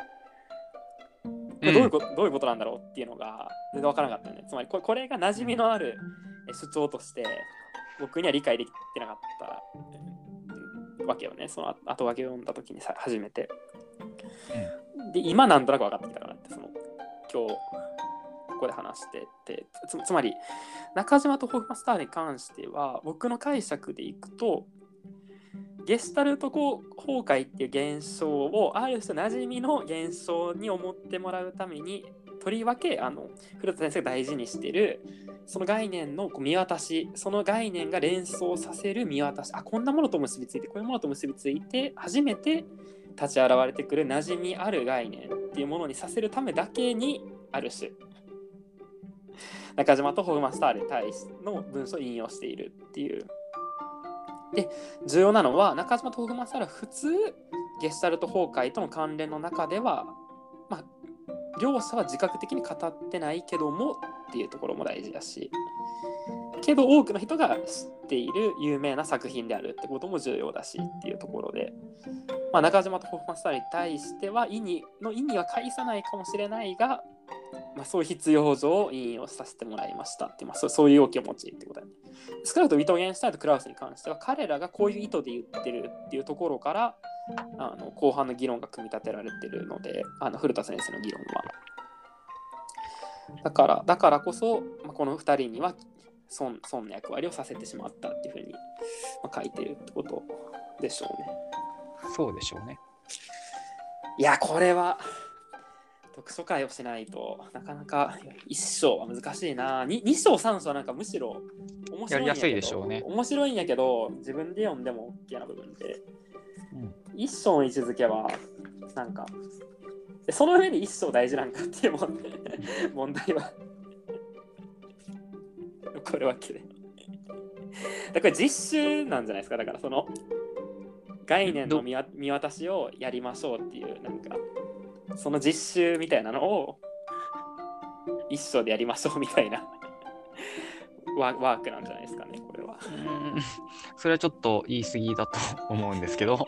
これどういうこと、うん、どういうことなんだろうっていうのが全然分からなかったよね。つまりこれ、これが馴染みのある主張として僕には理解できてなかったわけよね。その後書きを読んだ時にさ初めて。うん、で今なんとなく分かってきたかなって、その今日ここで話してて、 つ, つまり中島とホフマンスタールに関しては僕の解釈でいくと、ゲシュタルト崩壊っていう現象をある種馴染みの現象に思ってもらうために、とりわけあの古田先生が大事にしているその概念の見渡し、その概念が連想させる見渡し、あこんなものと結びついてこういうものと結びついて初めて立ち現れてくる馴染みある概念っていうものにさせるためだけに、ある種中島とホフマンスタールに対しての文章を引用しているっていう。で重要なのは、中島とホフマンスタールは普通ゲシュタルト崩壊との関連の中では、まあ、両者は自覚的に語ってないけどもっていうところも大事だし、けど多くの人が知っている有名な作品であるってことも重要だしっていうところで、まあ、中島とホフマンスタールに対しては意味の意味は介さないかもしれないが、まあ、そういう必要上引用させてもらいましたっていう、まあ、そう、そういう要求を持ちってことだね。少なくともウィトゲンシュタインとクラウスに関しては彼らがこういう意図で言ってるっていうところからあの後半の議論が組み立てられてるので、あの古田先生の議論はだからだからこそ、まあ、このふたりには孫の役割をさせてしまったっていうふうに、まあ、書いてるってことでしょうね。 そうでしょうね。 いやこれは読書会をしないとなかなか一章は難しいな。にに章さん章はなんかむしろ面白いんやけど、 やりやすいでしょうね。 面白いんやけど自分で読んでも OK な部分で、うん、一章の位置づけはなんかその上で一章大事なんかっていう問題はこれわけでだから実習なんじゃないですか。だからその概念の見渡しをやりましょうっていうなんかその実習みたいなのを一章でやりましょうみたいなワークなんじゃないですかね、これは。 うーん、それはちょっと言い過ぎだと思うんですけど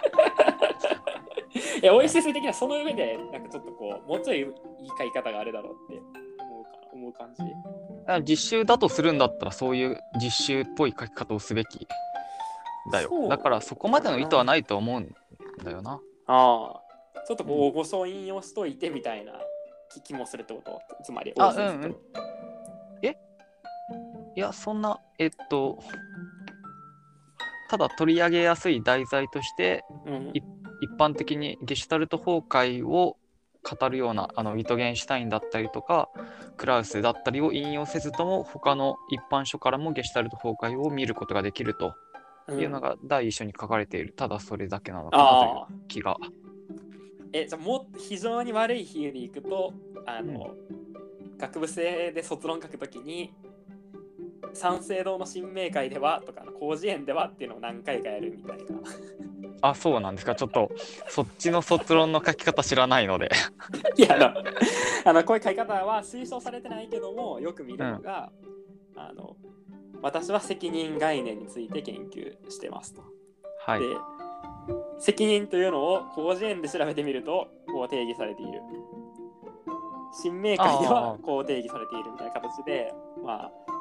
いや、オーエスエス 的にはその上でなんかちょっとこうもうちょいいい書き方があるだろうって思うか思う感じ。 だから実習だとするんだったらそういう実習っぽい書き方をすべきだよ。だからそこまでの意図はないと思うんだよな。 ああ。ちょっとこう、うん、ご承引用しといてみたいな気もするってこと？つまり、 あ、うんうん。えいや、そんな、えっと、ただ取り上げやすい題材として、うん、一般的にゲシュタルト崩壊を語るようなあのウィトゲンシュタインだったりとか、クラウスだったりを引用せずとも、他の一般書からもゲシュタルト崩壊を見ることができるというのが第一章に書かれている。ただそれだけなのかなという気が。 えじゃあもっと非常に悪い比喩でいくと、あの、うん、学部生で卒論書くときに三省堂の新明会ではとか広辞苑ではっていうのを何回かやるみたいな。 あ、そうなんですか。ちょっとそっちの卒論の書き方知らないのでいやあのあのこういう書き方は推奨されてないけどもよく見るのが、うん、あの私は責任概念について研究してますと。 はい。 で責任というのを広辞苑で調べてみるとこう定義されている。新明会ではこう定義されているみたいな形で、まあ、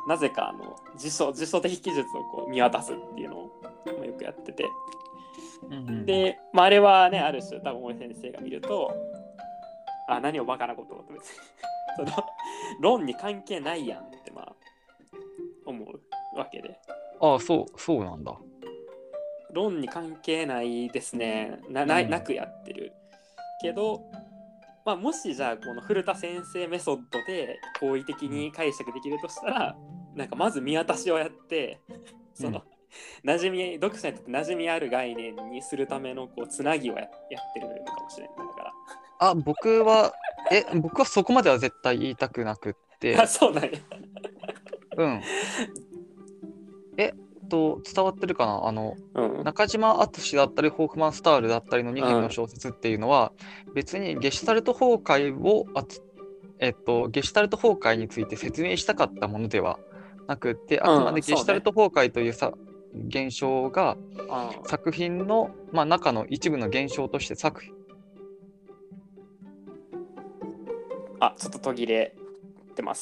なぜかあの辞書辞書的記述をこう見渡すっていうのをよくやってて、 うんうん、 で、まあ、あれはねある種多分森先生が見ると、あ何をバカなことをと別にその論に関係ないやんってまあ思うわけで。 ああ、そう、そうなんだ。 論に関係ないですね。な, な, なくやってる。けど、まあ、もしじゃあこの古田先生メソッドで好意的に解釈できるとしたら、なんかまず見渡しをやってその、うん、馴染み読者にとって馴染みある概念にするためのこうつなぎを や, やってるのかもしれない。だからあ僕はえ僕はそこまでは絶対言いたくなくってあそうなんやうんえと伝わってるかなあの、うん、中島敦だったりホーフマンスタールだったりのにへんの小説っていうのは、うん、別にゲシュタルト崩壊をあつえっとゲシュタルト崩壊について説明したかったものではなくて、あくまでゲシュタルト崩壊というさ、うん、現象が作品の、まあ、中の一部の現象として作品あちょっと途切れてます。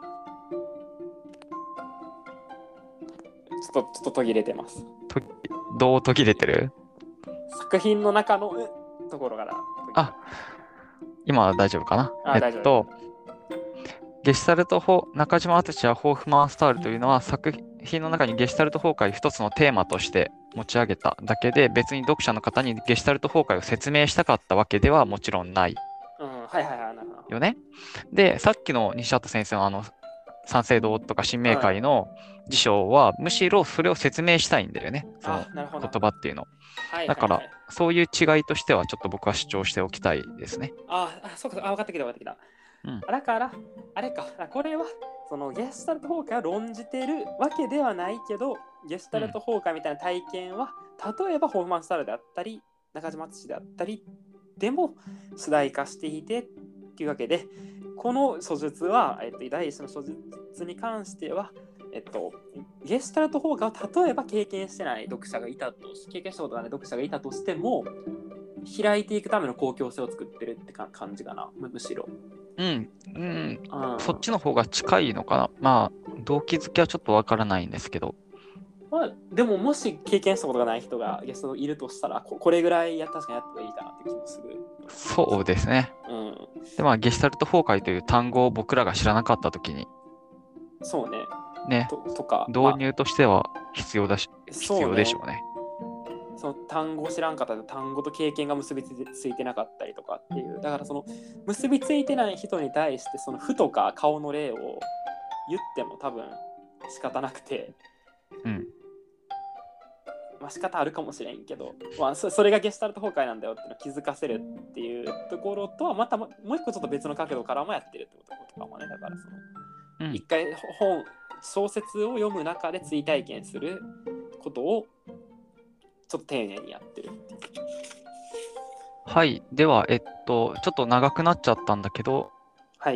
ちょっとちょっと途切れてます。 とどう途切れてる？ 作品の中のところから。 あ、今は大丈夫かな。 あ、 えっと、ゲシュタルト法、中島敦やホーフマンスタールというのは作品の中にゲシュタルト崩壊一つのテーマとして持ち上げただけで、別に読者の方にゲシュタルト崩壊を説明したかったわけではもちろんない。 うん、はいはいはい。 よね。で、さっきの西畑先生のあの三省堂とか新明会の辞書は、むしろそれを説明したいんだよね。その言葉っていうの。だから、そういう違いとしてはちょっと僕は主張しておきたいですね。 ああ、そうか、あ、分かってきた分かってきた。うん、だから、あれか、これはそのゲシュタルト崩壊を論じてるわけではないけど、ゲシュタルト崩壊みたいな体験は、うん、例えばホーフマンスタールであったり、中島敦であったり、でも主題化していてっていうわけで、この書術は、えっと、第一種の書術に関しては、えっと、ゲシュタルト崩壊を例えば経験してない読者がいたとし、経験したことがない読者がいたとしても、開いていくための公共性を作ってるって感じかな、むしろ。 うん、うん、そっちの方が近いのかな。まあ、動機づけはちょっとわからないんですけど。 まあ、でももし経験したことがない人がゲストいるとしたら、こ, これぐらいや確かにやった方がいいかなって気もする。 そうですね。うん、でまあゲシュタルト崩壊という単語を僕らが知らなかったときに、 そうね。 ねととか導入としては必要だし、まあ、必要でしょうね。 その単語を知らんかったら単語と経験が結びついてなかったりとかっていう、だからその結びついてない人に対してその負とか顔の例を言っても多分仕方なくて、 うん。 まあ仕方あるかもしれんけど、まあ、そ, それがゲシュタルト崩壊なんだよっていうのを気づかせるっていうところとはまたもう一個ちょっと別の角度からもやってるってことかもね。だからその、うん、一回本小説を読む中で追体験することをちょっと丁寧にやってるっていう。 はい。では、えっと、ちょっと長くなっちゃったんだけど、 はい。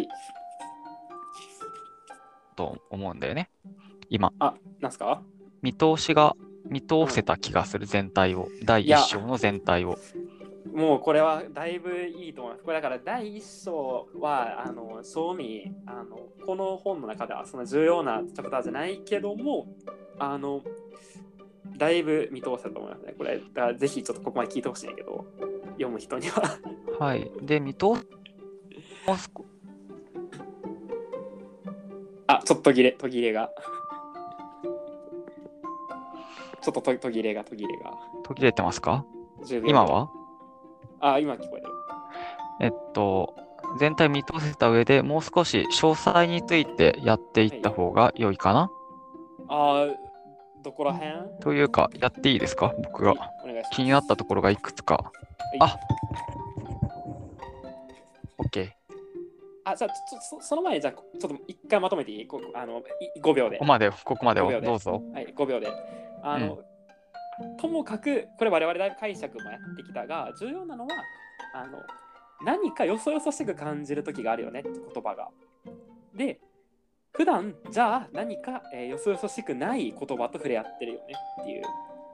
と思うんだよね。今。 あ、なんすか？ 見通しが見通せた気がする、うん、全体を。だいいっ章の全体を。 もうこれはだいぶいいと思います。これだからだいいっ章は、あの、正味、あの、この本の中ではそんな重要なチャプターじゃないけども、あの、だいぶ見通せたと思いますね。これ、だからぜひちょっとここまで聞いてほしいんだけど、読む人には。 はい。で、見通す。 あ、ちょっと途切れ、途切れが。ちょっと途切れが、途切れが。 途切れてますか？今は？ あ、今聞こえる。 えっと、全体見通せた上でもう少し詳細についてやっていった方が良いかな？ はい、あ、どこら辺？ というか、やっていいですか？僕が気になったところがいくつか。あ、OK。 あ、じゃあちょその前にじゃあちょっと一回まとめていい？あのごびょうで。 ここまで、ここまでをどうぞ。 はい、ごびょうで。あの、うん、ともかくこれ我々だいぶ解釈もやってきたが、重要なのはあの何かよそよそしく感じる時があるよねって言葉が。で、普段じゃあ何か、えー、よそよそしくない言葉と触れ合ってるよねっていう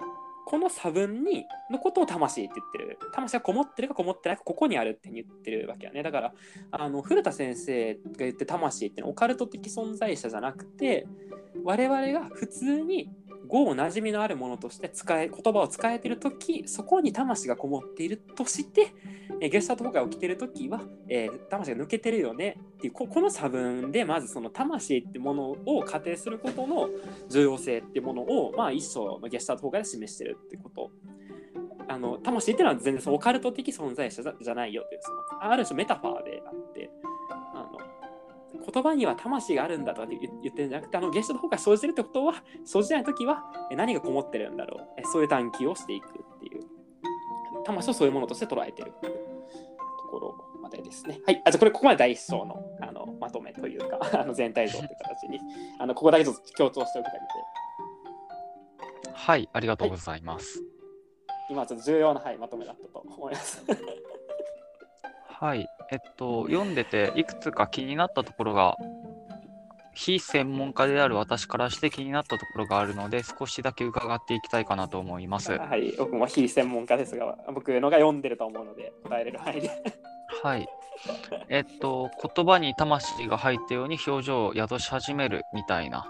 この差分にのことを魂って言ってる。魂がこもってるかこもってないかここにあるって言ってるわけやね。だからあの古田先生が言って魂っていうのはオカルト的存在者じゃなくて、我々が普通に語馴染みのあるものとして使え言葉を使えているとき、そこに魂がこもっているとして、えー、ゲシュタルト崩壊が起きているときは、えー、魂が抜けてるよねっていう こ, この差分でまずその魂ってものを仮定することの重要性ってものを、まあ、一章のゲシュタルト崩壊で示してるってこと。あの魂っていうのは全然そのオカルト的存在者 じ, ゃじゃないよっていう、そのある種メタファーであって、あの言葉には魂があるんだとかって言ってるんじゃなくて、あのゲシュタルト崩壊が生じてるってことは、生じないときは何がこもってるんだろう、そういう探求をしていくっていう、魂をそういうものとして捉えてるところまでですね。はい、あじゃあこれここまでだいいっ章のあのまとめというかあの全体像という形にあのここだけちょっと強調しておきたいので。はい、ありがとうございます。はい、 今ちょっと重要な、はい、まとめだったと思いますはい、えっと読んでていくつか気になったところが、非専門家である私からして気になったところがあるので、少しだけ伺っていきたいかなと思います。 はい、僕も非専門家ですが、僕のが読んでると思うので答えれる範囲ではい、えっと言葉に魂が入ったように表情を宿し始めるみたいな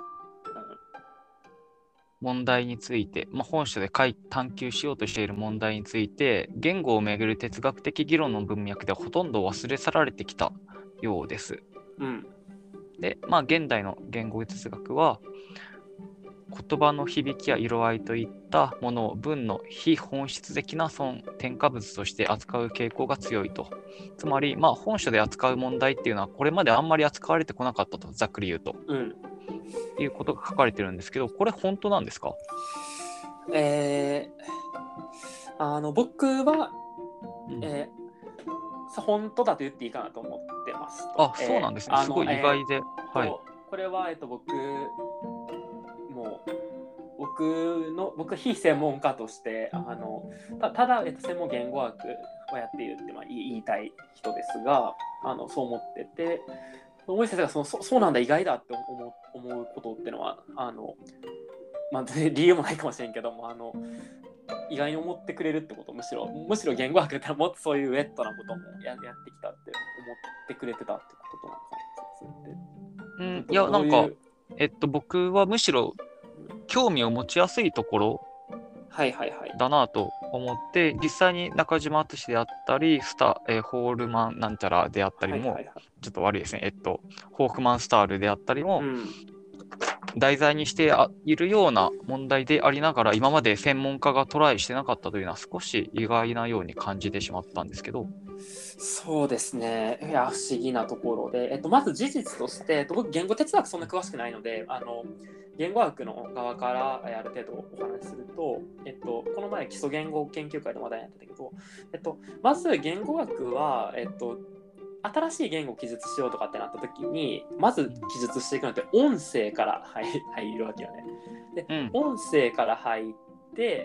問題について、まあ、本書で探求しようとしている問題について、言語をめぐる哲学的議論の文脈ではほとんど忘れ去られてきたようです。 うん、 で、まあ、現代の言語哲学は、言葉の響きや色合いといったものを文の非本質的な損添加物として扱う傾向が強いと。つまり、まあ、本書で扱う問題っていうのは、これまであんまり扱われてこなかったと、ざっくり言うと。 うんいうことが書かれてるんですけど、これ本当なんですか？ えー、あの僕は、 うんえー、本当だと言っていいかなと思ってますと。 あ、そうなんですね。 えー、 すごい意外で。 えー、はい、これは、えっと、僕もう僕の僕非専門家としてあの た, ただ、えっと、専門言語学をやっているって、まあ、言いたい人ですが、あのそう思ってて、大石先生がその そ, そうなんだ意外だって思う、思うことっていうのはあの、まあ、理由もないかもしれんけども、あの意外に思ってくれるってこと、むしろむしろ言語学ってもっとそういうウェットなことも や, やってきたって思ってくれてたってことなのかな。うん、いやなんかえっと僕はむしろ興味を持ちやすいところだなと思って、はいはいはい、実際に中島敦であったりスタ、えー、ホールマンなんちゃらであったりも、はいはいはい、ちょっと悪いですね、えっとホークマンスタールであったりも、うん、題材にしているような問題でありながら、今まで専門家がトライしてなかったというのは少し意外なように感じてしまったんですけど。 そうですね、いや不思議なところで、えっと、まず事実として、僕言語哲学そんな詳しくないので、あの言語学の側からある程度お話しすると、えっと、この前基礎言語研究会で話題になったんだけど、えっと、まず言語学は、えっと、新しい言語を記述しようとかってなった時に、まず記述していくのって音声から入るわけよね。で、うん、音声から入って、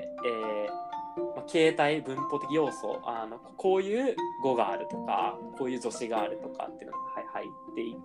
えーまあ、形態文法的要素、あのこういう語があるとかこういう助詞があるとかっていうのが入っていって、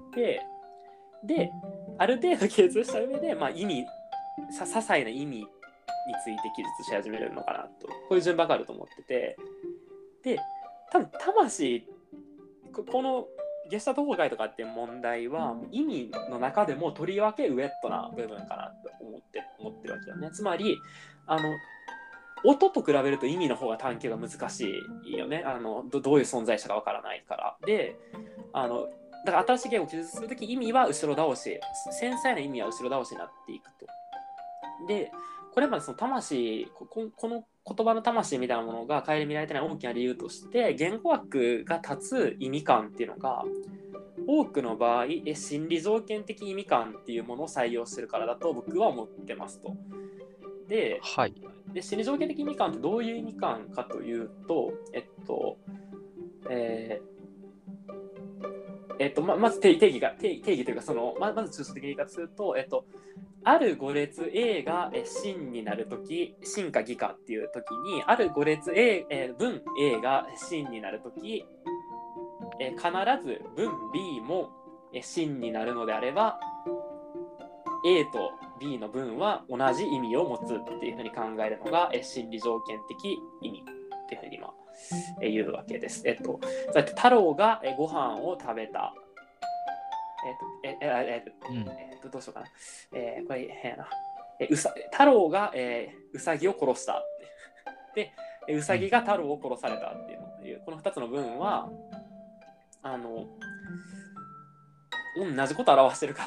である程度記述した上で、まあ、意味さ些細な意味について記述し始めるのかなと、こういう順番があると思ってて、で多分魂このゲシュタルト崩壊とかっていう問題は意味の中でもとりわけウェットな部分かなと思って思ってるわけだね。つまりあの音と比べると意味の方が探求が難しいよね。あの ど, どういう存在者かわからないから。で、あのだから新しい言語を記述するとき意味は後ろ倒し、繊細な意味は後ろ倒しになっていくと。で、これまでその魂、こ, この言葉の魂みたいなものが顧みられてない大きな理由として、言語学が立つ意味感っていうのが多くの場合心理条件的意味感っていうものを採用してるからだと僕は思ってますと。で、 はい、 で心理条件的意味感ってどういう意味感かというと、えっと、えー、えっと、ま, まず定義が定義というかその ま, まず抽象的に言い方すると、えっと、ある語列 A が真になるとき、真か偽かっていうときに、ある語列 A、えー、文 A が真になるとき、えー、必ず文 B も真になるのであれば、A と B の文は同じ意味を持つっていうふうに考えるのが、え心理条件的意味っていうふうに今、え言うわけです。えっと、そうやって太郎がえご飯を食べた。えっと、え、え、えっと、うん、えっと、どうしようかな。えー、これ変やな。えうさ太郎が、えー、うさぎを殺した。で、うさぎが太郎を殺されたっていうのいう、このふたつの文は、あの、同じことを表してるから、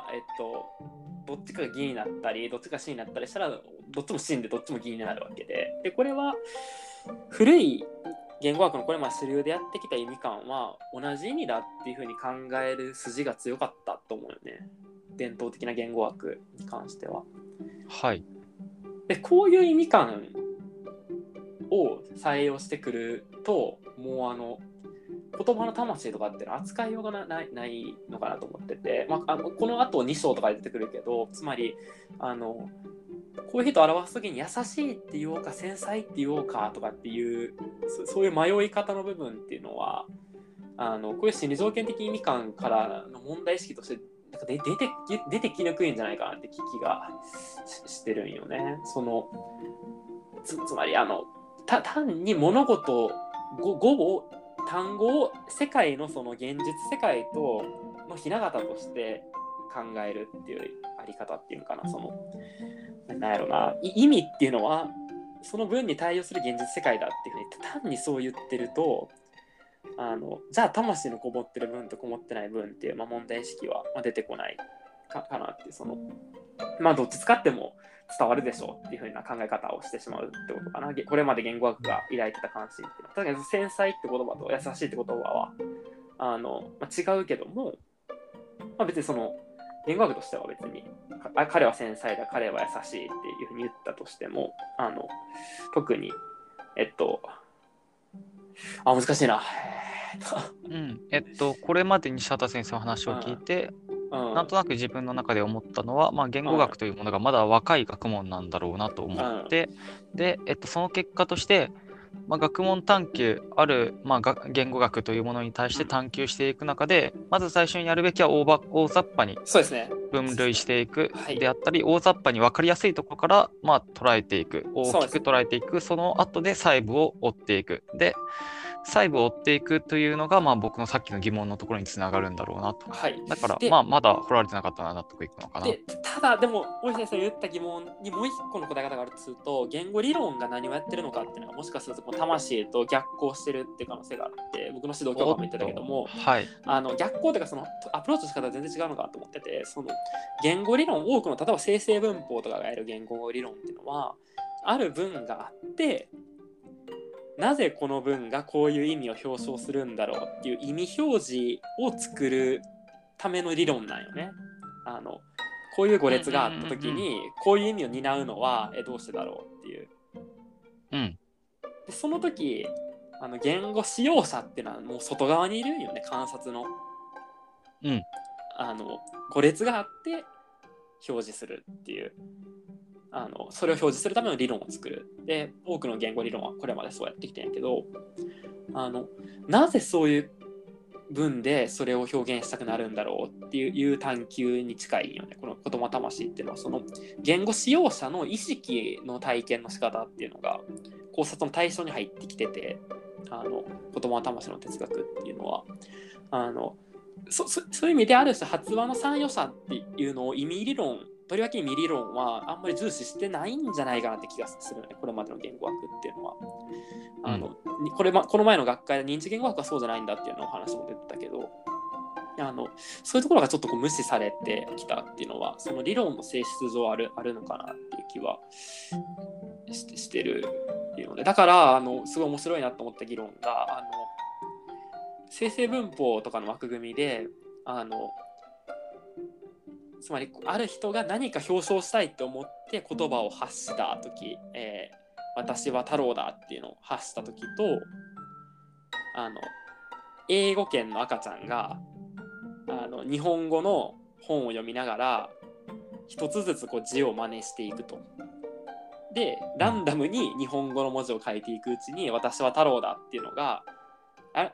えっと、どっちかが義になったり、どっちかが死になったりしたら、どっちも死んでどっちも義になるわけで、で、これは古い言語学のこれまで主流でやってきた意味感は同じ意味だっていうふうに考える筋が強かったと思うよね。伝統的な言語学に関しては。 はい。 で、こういう意味感を採用してくると、もうあの、言葉の魂とかっていうのは扱いようが な, ないないのかなと思ってて、まあ、あのこの後に章とかで出てくるけど、つまりあのこういう人を表すときに優しいって言おうか繊細って言おうかとかっていう そ, そういう迷い方の部分っていうのは、あのこういう心理条件的意味感からの問題意識としてなんかで出て出てきにくいんじゃないかなって気が し, してるんよね。その つ, つまりあのた単に物事語を単語を世界のその現実世界とのひな形として考えるっていうあり方っていうのかな。そのなんやろな、意味っていうのはその文に対応する現実世界だっていうふうに単にそう言ってると、あのじゃあ魂のこもってる文とこもってない文っていう、まあ、問題意識は出てこないか、かなっていう、そのまあどっち使っても伝わるでしょうっていう風な考え方をしてしまうってことかな。これまで言語学が抱いてた関心っていうのは、確かに繊細って言葉と優しいって言葉はあの、まあ、違うけども、まあ、別にその言語学としては別に彼は繊細だ、彼は優しいっていう風に言ったとしても、あの特にえっとあ難しいな。 うん、えっとこれまで西畑先生の話を聞いて、うん、なんとなく自分の中で思ったのは、まあ、言語学というものがまだ若い学問なんだろうなと思って、うん、で、えっと、その結果として、まあ、学問探求ある、まあ、言語学というものに対して探求していく中で、うん、まず最初にやるべきは 大, ば大雑把に分類していくであったり、ね、はい、大雑把に分かりやすいところから、まあ、捉えていく、大きく捉えていく、 そ, その後で細部を追っていくで細部を追っていくというのが、まあ、僕のさっきの疑問のところにつながるんだろうなと。はい、だから、まあ、まだ掘られてなかったら納得いくのかな。 でただ、でも、大石先生が言った疑問にもう一個の答え方があるとすると、言語理論が何をやってるのかっていうのが、もしかするとこの魂と逆行してるっていう可能性があって、僕の指導教科も言ってたけども、はい、あの逆行というか、そのアプローチの仕方が全然違うのかなと思ってて、その言語理論、多くの、例えば生成文法とかがやる言語理論っていうのは、ある文があって、なぜこの文がこういう意味を表彰するんだろうっていう意味表示を作るための理論なんよね。あのこういう語列があった時にこういう意味を担うのはえどうしてだろうっていう、 うん、 でその時あの言語使用者っていうのはもう外側にいるんよね、観察の、 うん、 あの語列があって表示するっていう、あのそれを表示するための理論を作る。で多くの言語理論はこれまでそうやってきてんやけど、あのなぜそういう文でそれを表現したくなるんだろうっていう探求に近いよね。この言葉魂っていうのはその言語使用者の意識の体験の仕方っていうのが考察の対象に入ってきてて、あの言葉魂の哲学っていうのはあの そ, そ, そういう意味である種発話の参与者っていうのを意味理論、とりわけ意味理論はあんまり重視してないんじゃないかなって気がするよね、これまでの言語学っていうのは。あの、うん、これま、この前の学会で認知言語学はそうじゃないんだっていうのお話も出てたけど、あのそういうところがちょっとこう無視されてきたっていうのは、その理論の性質上ある、あるのかなっていう気はして、してるっていうので、だからあのすごい面白いなと思った議論が、あの生成文法とかの枠組みで、あのつまりある人が何か表彰したいと思って言葉を発したとき、えー、私は太郎だっていうのを発したときと、あの英語圏の赤ちゃんがあの日本語の本を読みながら一つずつこう字を真似していくと。でランダムに日本語の文字を書いていくうちに私は太郎だっていうのがあ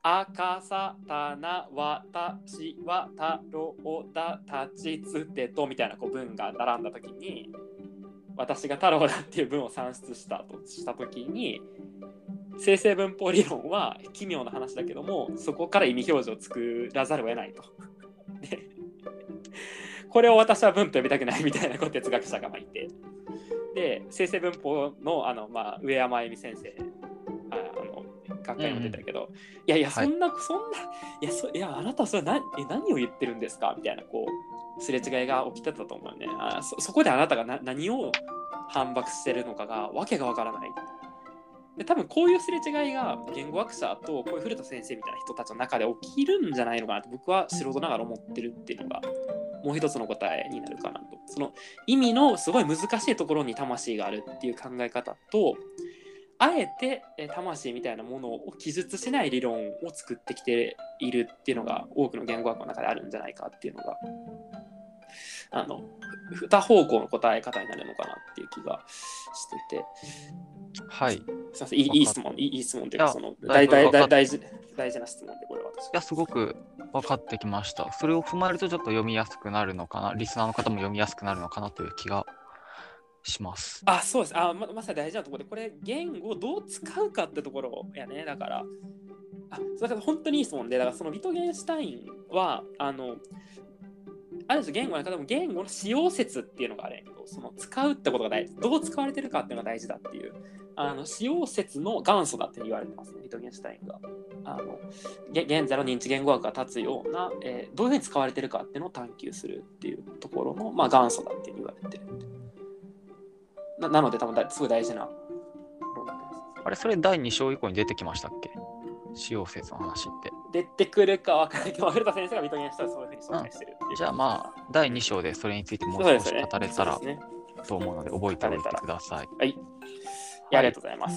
赤さたなわたしわたろうだたちつてとみたいなこう文が並んだ時に、私が太郎だっていう文を算出したとした時に、生成文法理論は奇妙な話だけども、そこから意味表示を作らざるを得ないと。でこれを私は文と呼びたくないみたいなこう哲学者がいて、で生成文法のあの、まあ、上山あゆみ先生、ああの学会にも出てるけど、うん、いやいやそんな、はい、そんないやそいやあなたはそれ何え何を言ってるんですかみたいなこうすれ違いが起きてたと思うね。あ そ, そこであなたがな何を反駁してるのかがわけがわからない。で多分こういうすれ違いが言語学者とこういう古田先生みたいな人たちの中で起きるんじゃないのかなと僕は素人ながら思ってるっていうのがもう一つの答えになるかなと。その意味のすごい難しいところに魂があるっていう考え方と、あえて魂みたいなものを記述しない理論を作ってきているっていうのが多くの言語学の中であるんじゃないかっていうのが、あの二方向の答え方になるのかなっていう気がしてて。 はい。 すみません、いい、いい質問、いい、いい質問というか、その大大大大事大事な質問でこれは私。 いや、すごく分かってきました。それを踏まえるとちょっと読みやすくなるのかな、リスナーの方も読みやすくなるのかなという気がします。 あ、そうです。あ、ま、まさに大事なところで、これ言語をどう使うかってところやね。だから、あ、だから本当にいい質問で、だからそのビトゲンシュタインはあの。ある種言語の中でも言語の使用説っていうのがあるんやけど、その使うってことが大事、どう使われてるかっていうのが大事だっていう、あの使用説の元祖だって言われてますね、ビトゲンシュタインが。あの現在の認知言語学が立つような、えー、どういうふうに使われてるかっていうのを探求するっていうところの、まあ、元祖だって言われてる。な, なので多分だすごい大事な論です。 あれ、それだいに章以降に出てきましたっけ？使用説の話って出てくるか分からないけど、古田先生がビトゲンシュタインそういうふうに紹介してるっていう、 うん、じゃあまあだいに章でそれについてもう少し語れたらと思うので覚えておいてください。 はい、いや、ありがとうございます。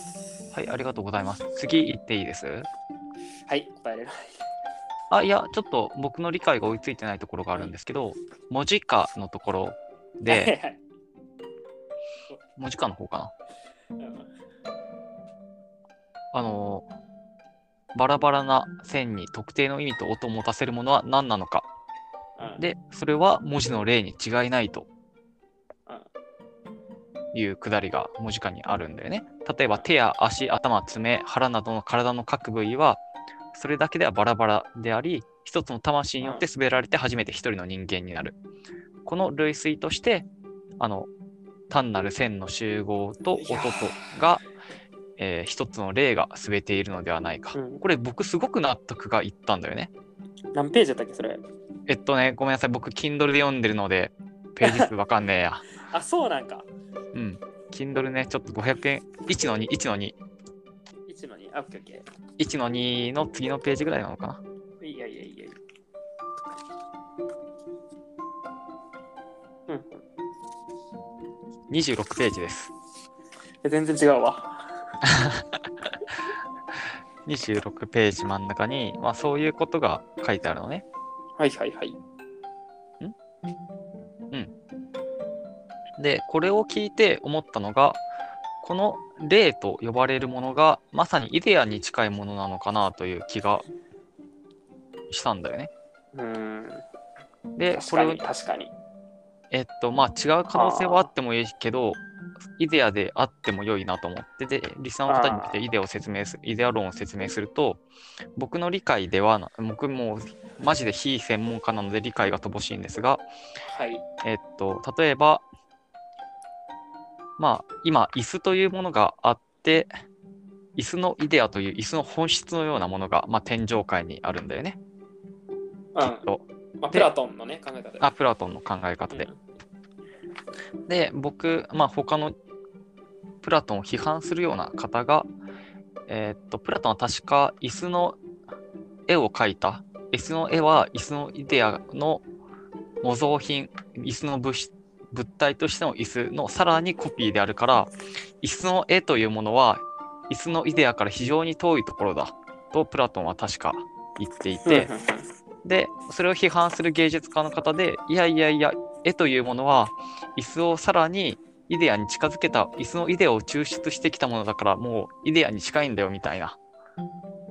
はい、ありがとうございます。次行っていいです？ はい、答えれない。 あ、いや、ちょっと僕の理解が追いついてないところがあるんですけど、文字化のところで文字化の方かな、うん、あのバラバラな線に特定の意味と音を持たせるものは何なのか、うん、でそれは文字の例に違いないというくだりが文字化にあるんだよね。例えば手や足、頭、爪、腹などの体の各部位はそれだけではバラバラであり、一つの魂によって滑られて初めて一人の人間になる。この類推としてあの単なる線の集合と音とがえー、一つの例が全ているのではないか、うん、これ僕すごく納得がいったんだよね。 何ページだったっけそれ？ えっとねごめんなさい、僕 Kindle で読んでるのでページ数わかんねえやあ、そうなんか。 うん Kindle ね、ちょっとごひゃくえんいちのに いちのにいちのにあ、オッケーオッケーいちのにの次のページぐらいなのかな。 いやいやいやいやうんにじゅうろくページです。 全然違うわにじゅうろくページ真ん中に、まあ、そういうことが書いてあるのね。 はいはいはい。んうん。で、これを聞いて思ったのが、この例と呼ばれるものがまさにイデアに近いものなのかなという気がしたんだよね。 うーん。 で、 確かに確かに。 えっと、まあ違う可能性はあってもいいけど、イデアであっても良いなと思って、で、リスナーの方に向けてイデアを説明する、イデア論を説明すると、僕の理解では、僕もマジで非専門家なので理解が乏しいんですが、 はい、 えっと、例えば、まあ、今、椅子というものがあって、椅子のイデアという椅子の本質のようなものが、まあ、天上界にあるんだよね。 うん、きっと。まあ、プラトンのね、考え方で。 あ、プラトンの考え方で。うん、で、僕、まあ、他のプラトンを批判するような方が、えー、っと、プラトンは確か椅子の絵を描いた。椅子の絵は椅子のイデアの模造品、椅子の物質、物体としての椅子のさらにコピーであるから、椅子の絵というものは椅子のイデアから非常に遠いところだとプラトンは確か言っていて、でそれを批判する芸術家の方で、いやいやいや、絵というものは椅子をさらにイデアに近づけた、椅子のイデアを抽出してきたものだから、もうイデアに近いんだよみたいな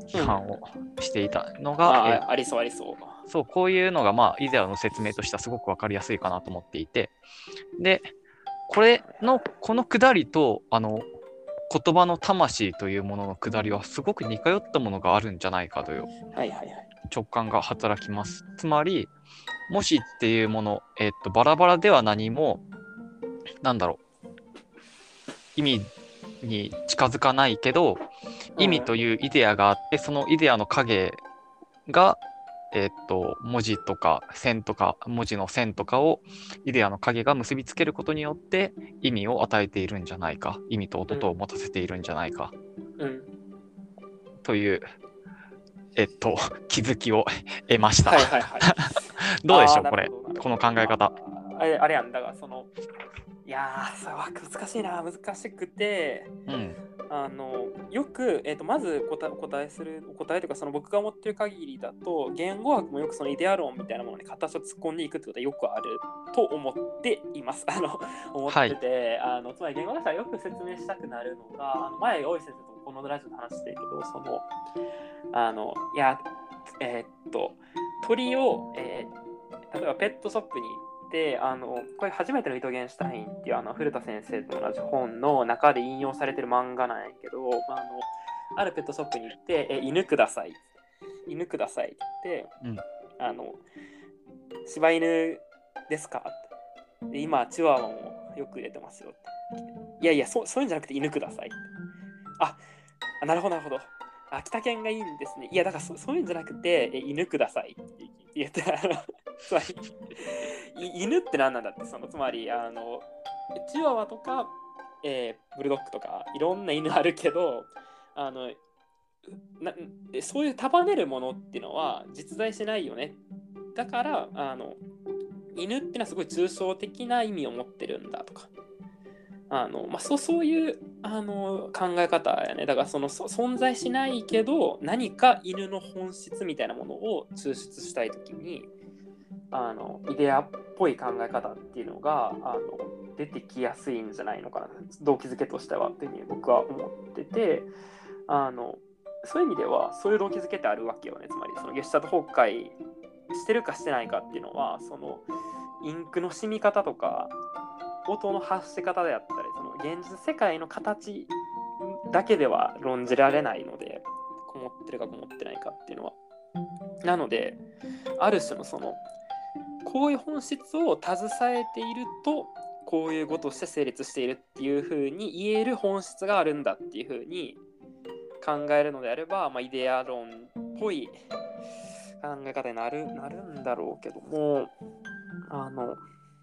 批判をしていたのあが、えあ、ありそうありそう。 そう、こういうのが、まあ、イデアの説明としてはすごく分かりやすいかなと思っていて、で、これの、このくだりと、あの、言葉の魂というもののくだりはすごく似通ったものがあるんじゃないかというはいはいはい。 直感が働きます。つまり、もしっていうもの、えっと、バラバラでは何も、なんだろう、意味に近づかないけど、意味というイデアがあって、そのイデアの影が、えっと、文字とか線とか、文字の線とかをイデアの影が結びつけることによって意味を与えているんじゃないか、意味と音を持たせているんじゃないか、 うん、 という、えっと、気づきを得ました。 はいはいはい。 どうでしょう、これ、 ここの考え方。 あれあれやんだが、その、いやー、それは難しいな、難しくて、 うん、 あのよく、えー、とまず答えお答えする、お答えというか、その僕が思ってる限りだと、言語学もよくそのイデア論みたいなものに形を突っ込んでいくってことはよくあると思っています。あの思ってて、はい、あのつまり言語学者はよく説明したくなるのが、あの前、大井先生とこのラジオで話してるけど、その、あの、いや、えー、っと、鳥を、えー、例えばペットショップにであのこれ初めてのイトゲンシュタインっていうあの古田先生と同じ本の中で引用されてる漫画なんやけど、あのあるペットショップに行ってえ犬ください犬くださいって言って、うん、あの柴犬ですかで今チワワもよく入れてますよっていやいや そ, そういうんじゃなくて犬くださいってああなるほどなるほど秋田犬がいいんですねいやだから そ, そういうんじゃなくてえ犬くださいって言ってつまり犬って何なんだってそのつまりあのチワワとか、えー、ブルドッグとかいろんな犬あるけどあのなそういう束ねるものっていうのは実在しないよねだからあの犬ってのはすごい抽象的な意味を持ってるんだとかあの、まあ、そう、そういうあの考え方やねだからそのそ存在しないけど何か犬の本質みたいなものを抽出したいときにあのイデアっぽい考え方っていうのがあの出てきやすいんじゃないのかな動機づけとしてはっていうふうに僕は思っててあのそういう意味ではそういう動機づけってあるわけよねつまりそのゲシュタルト崩壊してるかしてないかっていうのはそのインクの染み方とか音の発し方であったりその現実世界の形だけでは論じられないのでこもってるかこもってないかっていうのはなのである種のそのこういう本質を携えているとこういう語として成立しているっていうふうに言える本質があるんだっていうふうに考えるのであれば、まあ、イデア論っぽい考え方になる、なるんだろうけどもあの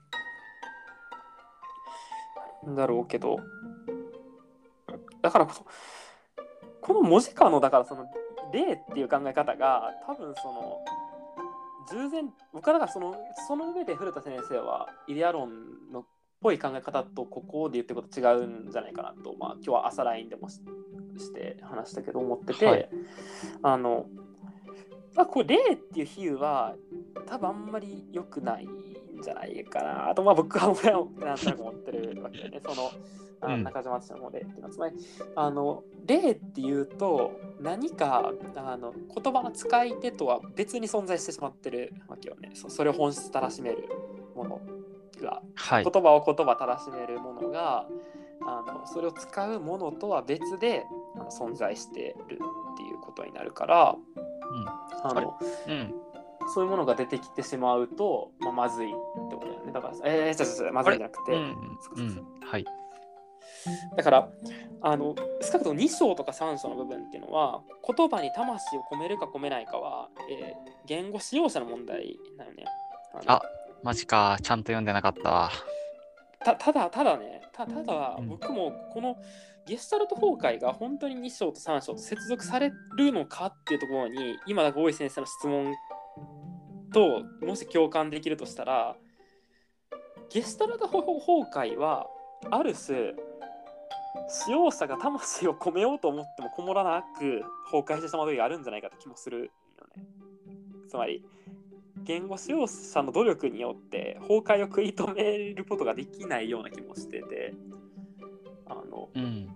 なんだろうけどだからこそこの文字化のだからその例っていう考え方が多分その従前僕はだからそのその上で古田先生はイデア論のっぽい考え方とここで言ってること違うんじゃないかなと、まあ、今日は朝ラインでも し, して話したけど思ってて、はい、あの、まあ、これ例っていう比喩は多分あんまり良くないんじゃないかなと、まあ、僕はなんとなく思ってるわけでねそのあの中島敦の例っていうのは、うん、つまりあの例っていうと何かあの言葉の使い手とは別に存在してしまってるわけよね そ, それを本質たらしめるものが、はい、言葉を言葉たらしめるものがあのそれを使うものとは別であの存在してるっていうことになるから、うん、あの、うん、そういうものが出てきてしまうと、まあ、まずいってことだよねだからえー、ちょちょちょまずいんじゃなくて、うんうん、はいだからあの少なくともに章とかさん章の部分っていうのは言葉に魂を込めるか込めないかは、えー、言語使用者の問題なのね。 ああマジかちゃんと読んでなかったわ。 た, ただただねたただ僕もこのゲシュタルト崩壊が本当にに章とさん章と接続されるのかっていうところに今だ大井先生の質問ともし共感できるとしたらゲシュタルト崩壊はある種使用者が魂を込めようと思ってもこもらなく崩壊してしまう時があるんじゃないかって気もするよね。つまり言語使用者の努力によって崩壊を食い止めることができないような気もしててあの、うん、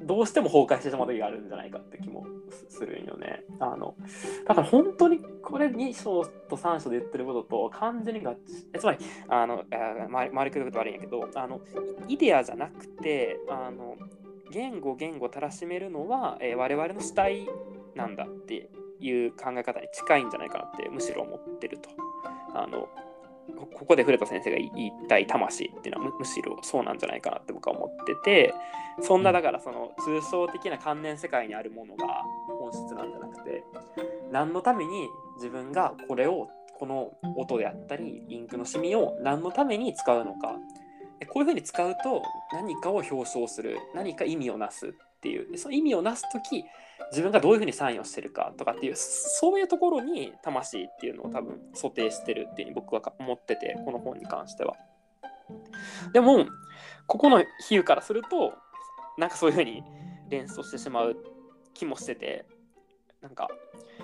どうしても崩壊してしまう時があるんじゃないかって気もするんよね。あのだから本当にこれに章とさん章で言ってることと完全に合致えつまりあの周りくどくと悪いんやけど、あのイデアじゃなくてあの言語言語たらしめるのは、えー、我々の主体なんだっていう考え方に近いんじゃないかなってむしろ思ってると。あのここで古田先生が言いたい魂っていうのは む, むしろそうなんじゃないかなって僕は思ってて、そんなだからその抽象的な観念世界にあるものが本質なんじゃなくて、何のために自分がこれをこの音であったりインクのシミを何のために使うのか、こういうふうに使うと何かを表彰する、何か意味をなすっていう、その意味をなすとき自分がどういうふうにサインをしてるかとかっていう、そういうところに魂っていうのを多分想定してるっていうふうに僕は思ってて、この本に関しては。でもここの比喩からするとなんかそういうふうに連想してしまう気もしてて、なんか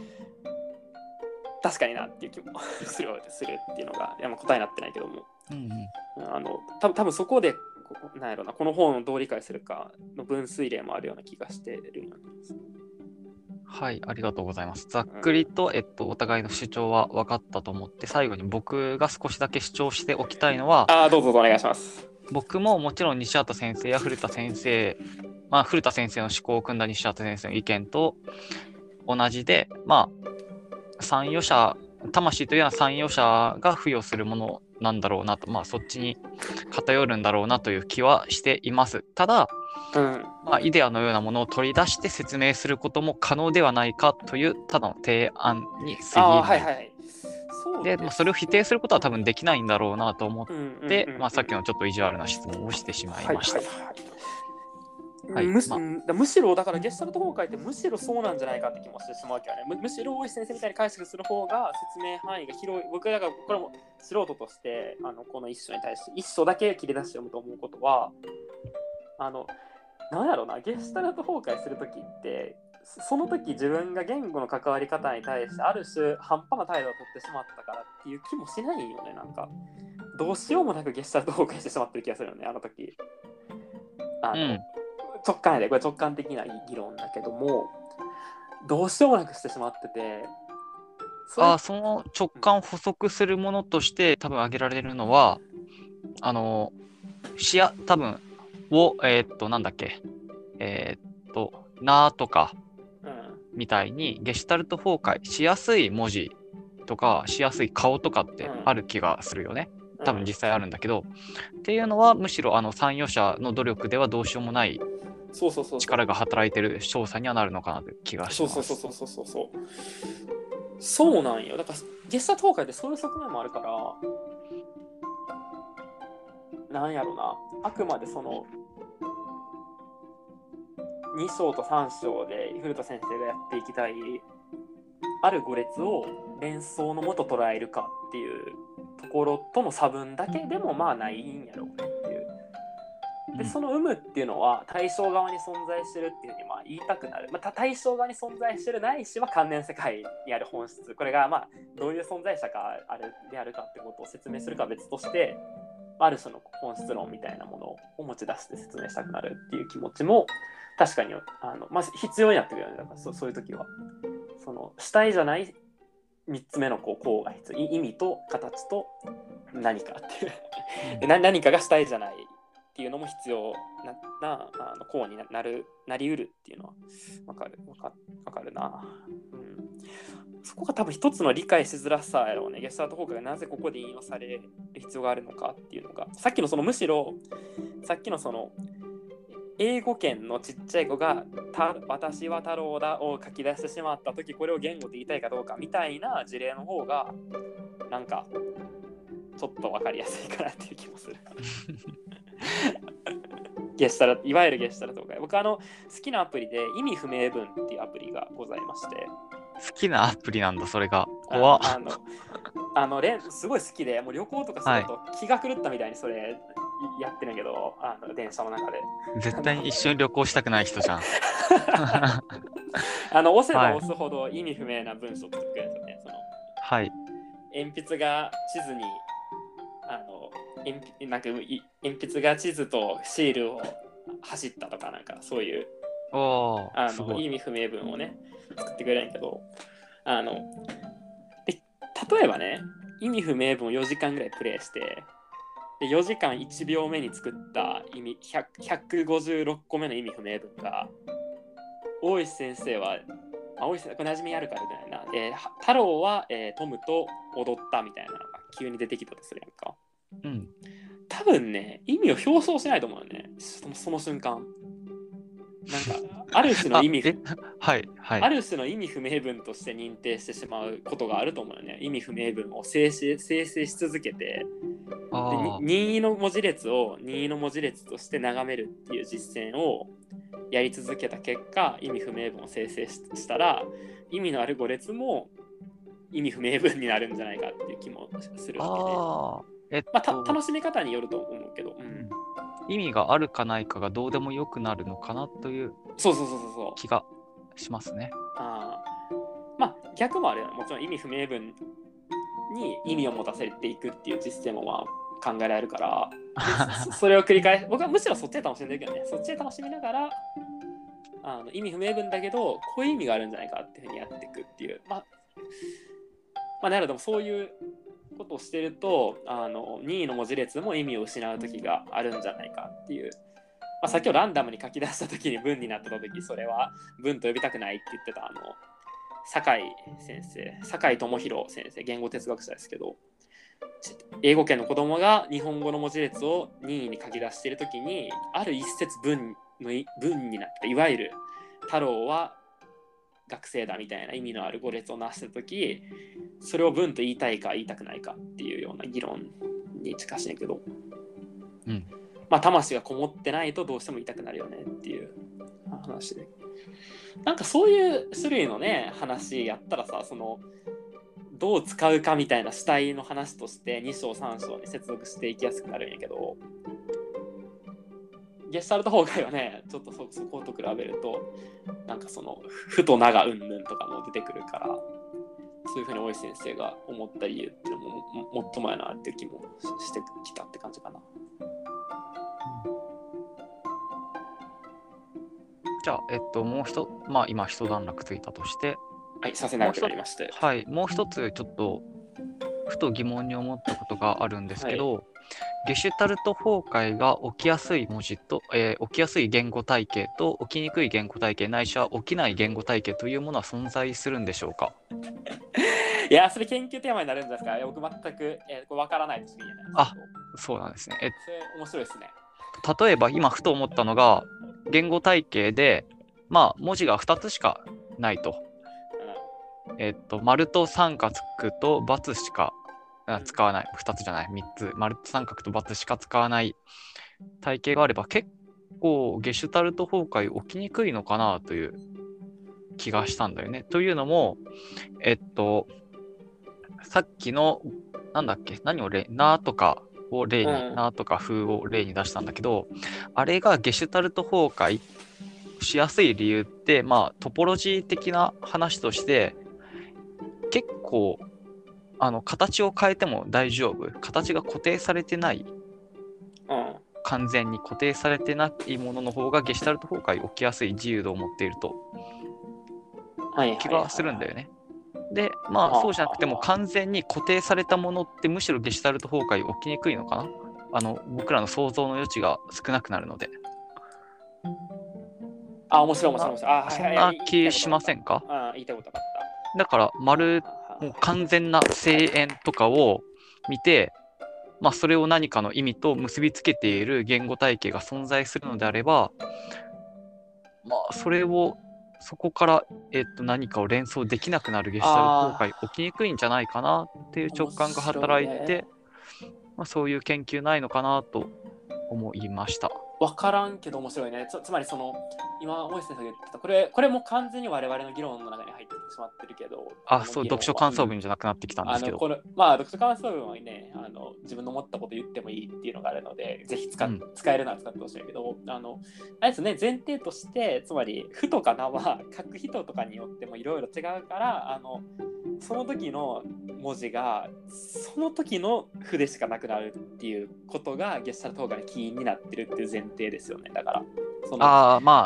確かになっていう気もするするっていうのが、いやまあ答えになってないけども、うんうん、あの多分多分そこでなんやろな、この本をどう理解するかの分水嶺もあるような気がしてるようなんです。 はい、ありがとうございます。ざっくりと、えっと、お互いの主張は分かったと思って、最後に僕が少しだけ主張しておきたいのは、 あ、どうぞお願いします。僕ももちろん西畑先生や古田先生、まあ、古田先生の思考を組んだ西畑先生の意見と同じで、まあ、参与者、魂というのは参与者が付与するものなんだろうなと、まあ、そっちに偏るんだろうなという気はしています。ただ、うんまあ、イデアのようなものを取り出して説明することも可能ではないかというただの提案に過ぎない。はいはい、そうで、まあ、それを否定することは多分できないんだろうなと思って、まあ、さっきのちょっと意地悪な質問をしてしまいました。はいはいはいはい、む, まあ、むしろだからゲシュタルト崩壊ってむしろそうなんじゃないかって気もしてしまうわけよね。 む, むしろ大石先生みたいに解釈する方が説明範囲が広い。僕だからこれも素人としてあのこの一章に対して一章だけ切り出して読むと思うことは、あのなんやろうな、ゲシュタルト崩壊するときってその時自分が言語の関わり方に対してある種半端な態度を取ってしまったからっていう気もしないよね。なんかどうしようもなくゲシュタルト崩壊してしまってる気がするよね、あの時。あの、うん直感やで、これ直感的な議論だけども、どうしようもなくしてしまってて、 そあその直感を補足するものとして多分挙げられるのは、あのしや多分をえー、っとなんだっけえー、っとなとかみたいに、うん、ゲシュタルト崩壊しやすい文字とかしやすい顔とかってある気がするよね。うん、多分実際あるんだけど、うん、っていうのはむしろあの参与者の努力ではどうしようもない力が働いてる調査にはなるのかなという気がします。 そうそうそうそうそうそうそうなんよ。だからゲシュタルト崩壊ってそういう側面もあるから、なんやろな、あくまでそのに章とさん章で古田先生がやっていきたいある語列を連想のもと捉えるかっていうところとの差分だけでもまあないんやろうねっていう。でその有無っていうのは対象側に存在してるっていうふうにまあ言いたくなる、まあ、対象側に存在してるないしは関連世界にある本質、これがまあどういう存在者かあれであるかってことを説明するかは別として、ある種の本質論みたいなものを持ち出して説明したくなるっていう気持ちも確かにあの、まあ、必要になってくるよね。だから そ, そういう時はその主体じゃないみっつめのこう項が必要、意味と形と何かっていうな何かが主体じゃないっていうのも必要な、なあの項になるなりうるっていうのは分かる分か分かるな、うん、そこが多分一つの理解しづらさやろうね。ゲシュタルト崩壊がなぜここで引用される必要があるのかっていうのが、さっきのそのむしろさっきのその英語圏のちっちゃい子が私は太郎だを書き出してしまった時、これを言語で言いたいかどうかみたいな事例の方がなんかちょっと分かりやすいかなっていう気もするゲシュタルいわゆるゲシュタルト崩壊、僕あの好きなアプリで意味不明文っていうアプリがございまして。 好きなアプリなんだそれが。怖っ。 あのあのレンすごい好きで、もう旅行とかすると気が狂ったみたいにそれやってるんやけど、あの電車の中で絶対に一緒に旅行したくない人じゃんあの押せば押すほど意味不明な文章を作ってくれるんですよね。そのはい鉛筆が地図にあの鉛なんか鉛筆が地図とシールを走ったとか、なんかそういうおー、 あすごい。 の意味不明文をね作ってくれるんやけど、あので例えばね意味不明文をよじかんぐらいプレイしてでよじかんいちびょうめに作った意味ひゃく ひゃくごじゅうろっこめの意味不明文が大石先生はあ大石先生これ馴染みあるからみたいな、えー太郎は、えートムと踊ったみたいなのが急に出てきたとするやんか。 うん。 多分ね意味を表層しないと思うよねそのその瞬間。なんかある種のあ、 意味え、はいはい。 ある種の意味不明文として認定してしまうことがあると思うよね。意味不明文を生成生成し続けてでああ、 任意の文字列を任意の文字列として眺めるっていう実践をやり続けた結果意味不明文を生成したら意味のある語列も意味不明文になるんじゃないかっていう気もするわけで、 ああ、えっまあ、たと、 楽しみ方によると思うけど、うん、 意味があるかないかがどうでもよくなるのかなというそうそうそうそうそう気がしますね。 あまあ逆もあるよね。もちろん意味不明文に意味を持たせていくっていう実践もまあ考えられるからそ, それを繰り返し僕はむしろそっちで楽しんでるけどねそっちで楽しみながらあの意味不明文だけどこういう意味があるんじゃないかっていうふうにやっていくっていうまあまあなるほどそういうことをしてるとあの任意の文字列も意味を失う時があるんじゃないかっていう、まあ、さっきをランダムに書き出した時に文になった時それは文と呼びたくないって言ってたあの酒井先生酒井智弘先生言語哲学者ですけど英語圏の子供が日本語の文字列を任意に書き出しているときにある一節文の文になっていわゆる太郎は学生だみたいな意味のある語列をなしたときそれを文と言いたいか言いたくないかっていうような議論に近しいんだけど、 うん、 まあ魂がこもってないとどうしても言いたくなるよねっていう話でなんかそういう種類のね話やったらさそのどう使うかみたいな主体の話としてに章さん章に接続していきやすくなるんやけどゲシュタルト崩壊はねちょっと そ, そこと比べるとなんかその負と名がうんぬんとかも出てくるからそういうふうに大石先生が思った理由っていうのももっともやなっていう気もしてきたって感じかな。 じゃあ、えっと、もう一つ、まあ今一段落ついたとして、 はいさせなくなりまして、 はい、もう一つちょっとふと疑問に思ったことがあるんですけど、はい、ゲシュタルト崩壊が起きやすい文字と、えー、起きやすい言語体系と起きにくい言語体系ないしは起きない言語体系というものは存在するんでしょうか？ いやそれ研究テーマになるんですか？僕全く、えー、これ分からないとしか言えないですけど。 あ、そうなんですね。えそれ面白いですね。 例えば今ふと思ったのが言語体系でまあ文字がふたつしかないと、うん、えっと丸と三角と×しか使わない、ふたつじゃないみっつ丸と三角と×しか使わない体系があれば結構ゲシュタルト崩壊起きにくいのかなという気がしたんだよね。というのもえっとさっきのなんだっけ何を例なとかを例に、うん、なとか風を例に出したんだけどあれがゲシュタルト崩壊しやすい理由ってまあトポロジー的な話として結構あの形を変えても大丈夫形が固定されてない、うん、完全に固定されてないものの方がゲシュタルト崩壊起きやすい自由度を持っていると気がするんだよね。でまあそうじゃなくても完全に固定されたものってむしろゲシュタルト崩壊起きにくいのかな。あの僕らの想像の余地が少なくなるので。 あ、面白い面白い面白い。あ、 そんな気しませんか？ あ、言いたいことかった。 だから丸もう完全な正円とかを見て、まあ、それを何かの意味と結びつけている言語体系が存在するのであれば、まあ、それをそこから、えっと、何かを連想できなくなるゲシュタルト崩壊起きにくいんじゃないかなっていう直感が働いて、まあ、そういう研究ないのかなと思いました。 分からんけど面白いね。 つ, つまりその今大石先生が言ってたこれこれも完全に我々の議論の中に入ってしまってるけど、 あ、そう読書感想文じゃなくなってきたんですけど、 あのこのまあ読書感想文はねあの自分の思ったこと言ってもいいっていうのがあるのでぜひ 使,、うん、使えるなら使ってほしいけど、あのあれですね前提としてつまり「ふ」とか「な」は書く人とかによってもいろいろ違うからあのその時の文字がその時の「ふ」でしかなくなるっていうことがゲシュタルト崩壊の起因になってるっていう前提ですよね。だからそのああまあ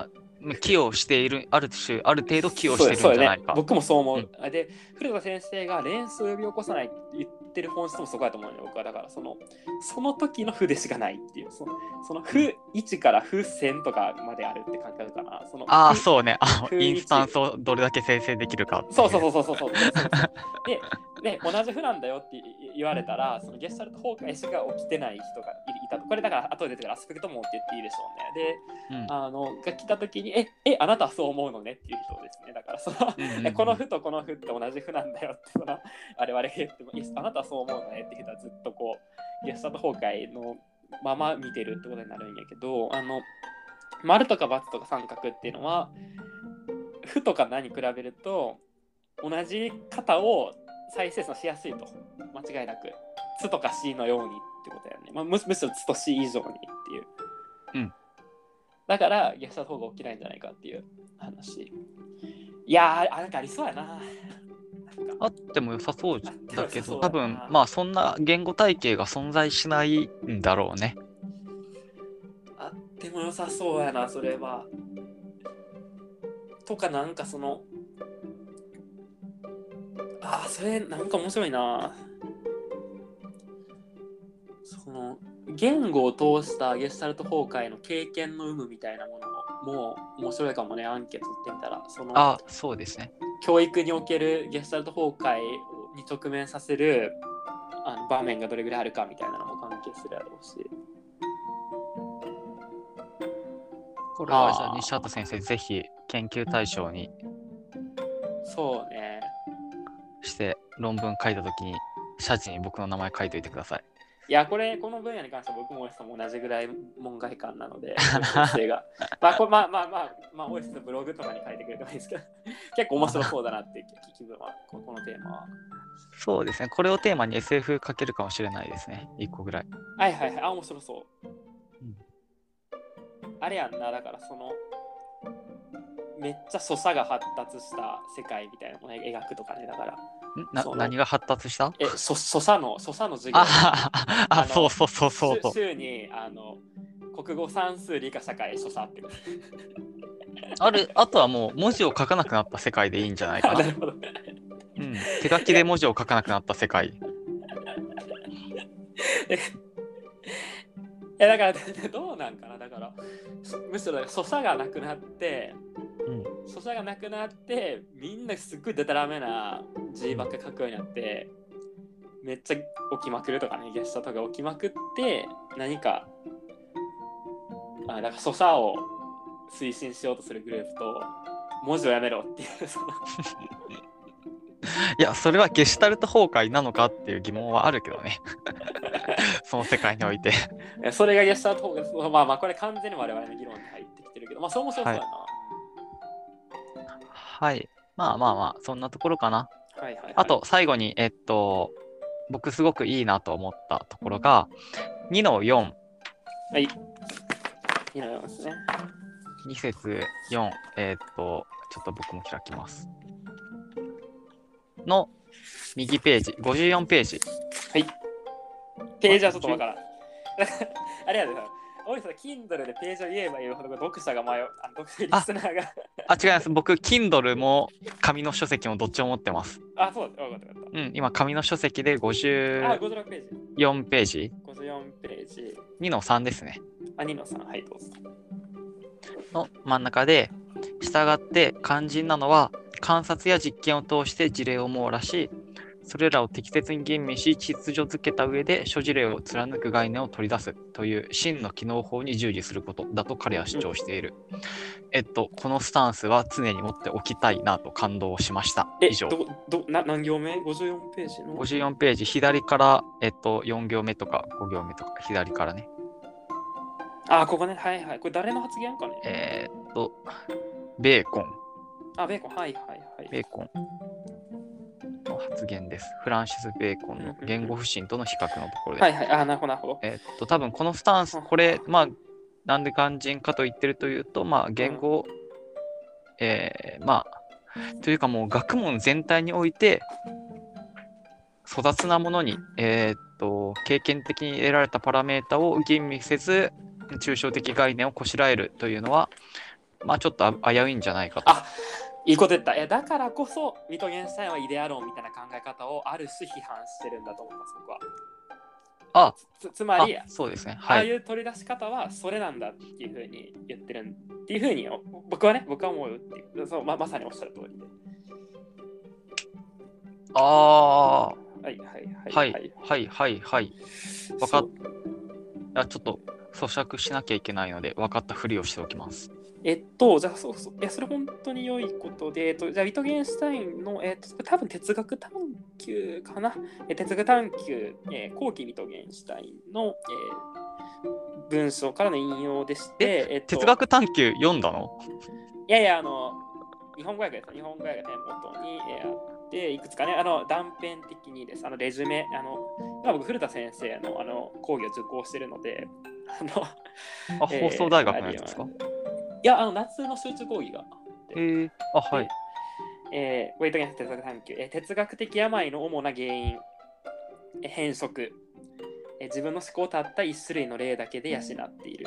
寄与している、ある種、ある程度寄与してるんじゃないか。 ね、僕もそう思う。 うん、 で、古田先生が連想を呼び起こさないって言ってる本質もそこだと思うよ、僕は。だからその、その時の負でしかないっていう、その、その負いちから負せんとかまであるって感覚かな。そのああ、そうね。あのインスタンススをどれだけ生成できるかっていう。 そうそうそうそうそうそうそうそうで、で、同じ負なんだよって言われたら、そのゲシュタルト崩壊しか起きてない人がいたと。これだから後で出てくるアスペクトもって言っていいでしょうね。で、 うん、 あのが来た時に、え、え、あなたはそう思うのねっていう人ですね。だからその、 うんうんうん、 この負とこの負って同じ負なんだよって、その我々が言っても、あなたはそう思うのねっていう人はずっとこう、ゲシュタルト崩壊のまま見てるってことになるんやけど、あの、丸とか×とか三角っていうのは、負とか何に比べると、同じ型を再生産しやすいと、間違いなく。つとか C のようにってことやね。まあ、む, むしろつと C 以上にっていう。 うん。 だから、ゲストの方が起きないんじゃないかっていう話。いやー、なんかありそうやな。 あっても良さそうだけど、多分、まあ、そんな言語体系が存在しないんだろうね。 あっても良さそうやな、それは。とか、なんかその、ああ、それなんか面白いな。その言語を通したゲシュタルト崩壊の経験の有無みたいなものも面白いかもね、アンケート取ってみたら。そのあ、そうですね。 教育におけるゲシュタルト崩壊に直面させるあの場面がどれぐらいあるかみたいなのも関係するやろうし。 これはじゃあ西畑先生ぜひ研究対象にそうねして論文書いたときに謝辞に僕の名前書いておいてください。 いやこれこの分野に関しては僕も大石さんも同じぐらい門外漢なので先生がまあこれまあまあまあまあ大石さんのブログとかに書いてくれてもいいですけど結構面白そうだなっていう気分はこのテーマは。 そうですね。これをテーマに エスエフ 書けるかもしれないですね。いっこぐらい。 はいはいはい。あ、面白そう。 うん、 あれやんな、だからそのめっちゃ素材が発達した世界みたいなものを描くとかね、だから。 な何が発達した？ え、そ素材の素材の授業。 ああ、そうそうそうそうそう。 週にあの国語算数理科社会素材って。 あるあとはもう文字を書かなくなった世界でいいんじゃないかな。 なるほど。 うん、手書きで文字を書かなくなった世界。 えだからどうなんかな、だからむしろ素材がなくなって、うん、素材がなくなってみんなすっごいデタラメな字ばっか書くようになってめっちゃ起きまくるとかね、ゲストとか起きまくって何かあだから素材を推進しようとするグループと文字をやめろっていうそのいやそれはゲシュタルト崩壊なのかっていう疑問はあるけどねその世界においてそれがゲシュタルト崩壊、まあまあこれ完全に我々の議論に入ってきてるけど、まあそう面白そうだな。 はい、はい、まあまあまあそんなところかな。 はいはいはい、 あと最後にえっと僕すごくいいなと思ったところがにのよん。 はい。にのよんですね。 に節よん、えっとちょっと僕も開きます。の右ページ、ごじゅうよんページ。 はい。ページはちょっとわからん。あれやで、おいさん、Kindle でページを言えば言うほど読者が迷う、あの読者リスナーが。 あ、違います。僕、Kindle も紙の書籍もどっちも持ってます。 あ、そうだ、わかったわかった。 うん、今、紙の書籍でごじゅうよんページ。 ごじゅうよんページ。 にのさんですね。 あ、にのさん、はい、どうぞ。 の真ん中で、したがって肝心なのは、観察や実験を通して事例を網羅し、それらを適切に吟味し、秩序づけた上で諸事例を貫く概念を取り出すという真の機能法に従事することだと彼は主張している。うん、えっと、このスタンスは常に持っておきたいなと感動しました。以上。 どどな何行目 ?ごじゅうよん ページの ? ごじゅうよんページ、左から、えっと、よん行目とかご行目とか、左からね。 あ、ここね。はいはい。これ誰の発言かねえー、っと、ベーコン。 あ、ベーコン。はいはいはい。 ベーコンの発言です。フランシス・ベーコンの言語不信との比較のところで。 はいはい。あ、なるほどなるほど。 えー、っと、多分このスタンス、これ、まあ、なんで肝心かと言ってるというと、まあ、言語、うん、えー、まあ、というかもう学問全体において、粗雑なものに、えー、っと、経験的に得られたパラメータを吟味せず、抽象的概念をこしらえるというのは、 まあちょっと危ういんじゃないかと。 あ、いいこと言った。いやだからこそウィトゲンシュタインはイデア論みたいな考え方をある種批判してるんだと思います、僕は。 あ、 つ, つまり、 そうですね。 ああはい。 いう取り出し方はそれなんだっていうふうに言ってるっていうふうに僕はね、僕は思うよっていう、そう ま, まさにおっしゃる通りで。 ああ、 はいはいははいいはい。 はいはいはい。わかそうっあちょっと咀嚼しなきゃいけないので、分かったふりをしておきます。 えっと、じゃあそうそう。いや、それ本当に良いことで、えっと、じゃあ、ウィトゲンシュタインの、えっと、多分哲学探求かな。え哲学探求、えー後期ウィトゲンシュタインの、えー文章からの引用でして、えっと、 哲学探求読んだの？ いやいや、あの、日本語訳です。日本語訳が元に、えーあって、いくつかね、あの、断片的にです。あの、レジュメ、あの、今僕、古田先生のあの講義を受講しているので、あの、 あ、 えー放送大学のやつですか？ いや、あの、夏の集中講義があって。 へえー、あ、はい。 えー、ウェイトゲンス哲学探求、えー、哲学的病の主な原因、えー変色、えー、自分の思考をたった一種類の例だけで養っている。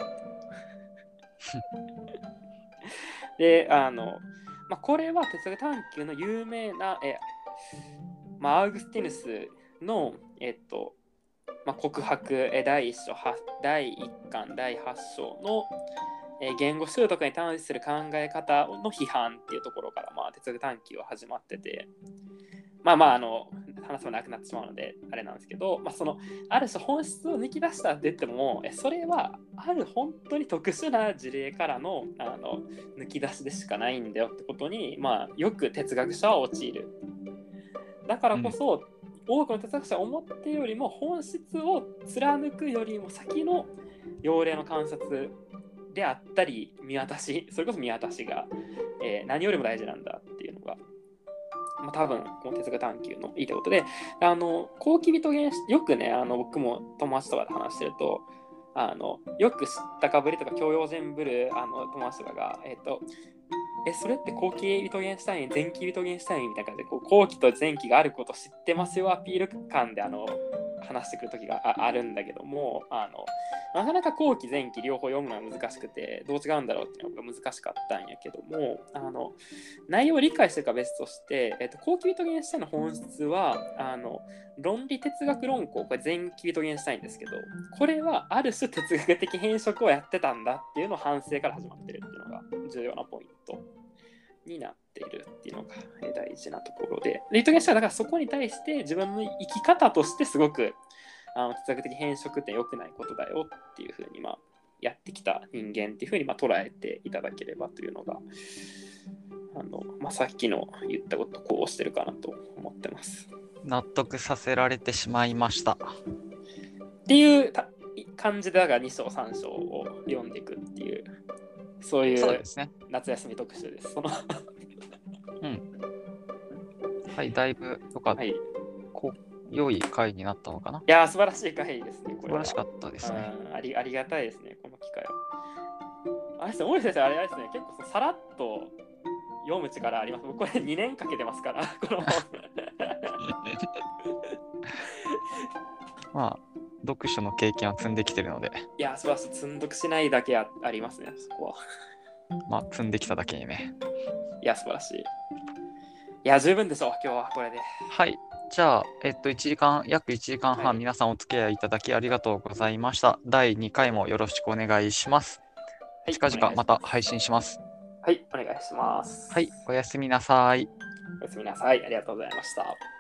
で、あの、まあ、これは哲学探求の有名な、えーまあ、アウグスティヌスの、えっと、まあ、告白、えー、第一章、第一巻、第八章の、えー言語習得に対する考え方の批判っていうところから、まあ、哲学探求は始まってて、まあまあ、あの、話もなくなってしまうので、あれなんですけど、まあ、その、ある種本質を抜き出したって言っても、えそれは、ある本当に特殊な事例からの、あの、抜き出しでしかないんだよってことに、まあ、よく哲学者は陥る。だからこそ、うん、多くの哲学者は思っているよりも、本質を貫くよりも先の要例の観察であったり見渡し、それこそ見渡しが、えー、何よりも大事なんだっていうのが、まあ、多分この哲学探求のいいってことで、あの後期人間よくね、あの僕も友達とかで話してると、あのよく知ったかぶりとか教養全ぶるあの友達とかが、えっ、ー、とえそれって後期ウィトゲンシュタイン、前期ウィトゲンシュタインみたいな感じで、こう後期と前期があること知ってますよアピール感であの話してくる時が あ, あるんだけども、あのなかなか後期前期両方読むのは難しくて、どう違うんだろうっていうのが難しかったんやけども、あの内容を理解してるか別として、えっと、後期ウィトゲンシュタインの本質はあの論理哲学論考、これ前期ウィトゲンシュタインですけど、これはある種哲学的変色をやってたんだっていうのを反省から始まってるっていうのが重要なポイントになっているっていうのが大事なところで、ウィトゲンシュタインはだからそこに対して自分の生き方としてすごくあの哲学的変色って良くないことだよっていうふうに、まあ、やってきた人間っていうふうに、まあ、捉えていただければというのがあの、まあ、さっきの言ったことこうしてるかなと思ってます。 納得させられてしまいました。 っていう感じでだからに章さん章を読んでいくっていう、そういう夏休み特集です。そのうん。はい、だいぶよかった。はい、こ良い回になったのかな。 いやー、素晴らしい回ですね。 これは素晴らしかったですね。 あり、ありがたいですね、この機会は。あれですね、大石先生、あれですね、結構さらっと読む力あります。僕これにねんかけてますから、この本。 まあ、読書の経験は積んできてるので。 いや、素晴らしい。積んどくしないだけ あ, ありますね、そこは。 まあ、積んできただけにね。 いや、素晴らしい。いや、十分でしょう、今日はこれで。 はい。じゃあ、えっと、いちじかん、約いちじかんはん、はい、皆さんお付き合いいただきありがとうございました。だいにかいもよろしくお願いします。はい、近々また配信します。 はい、お願いします。 はい、おやすみなさい。 おやすみなさい。ありがとうございました。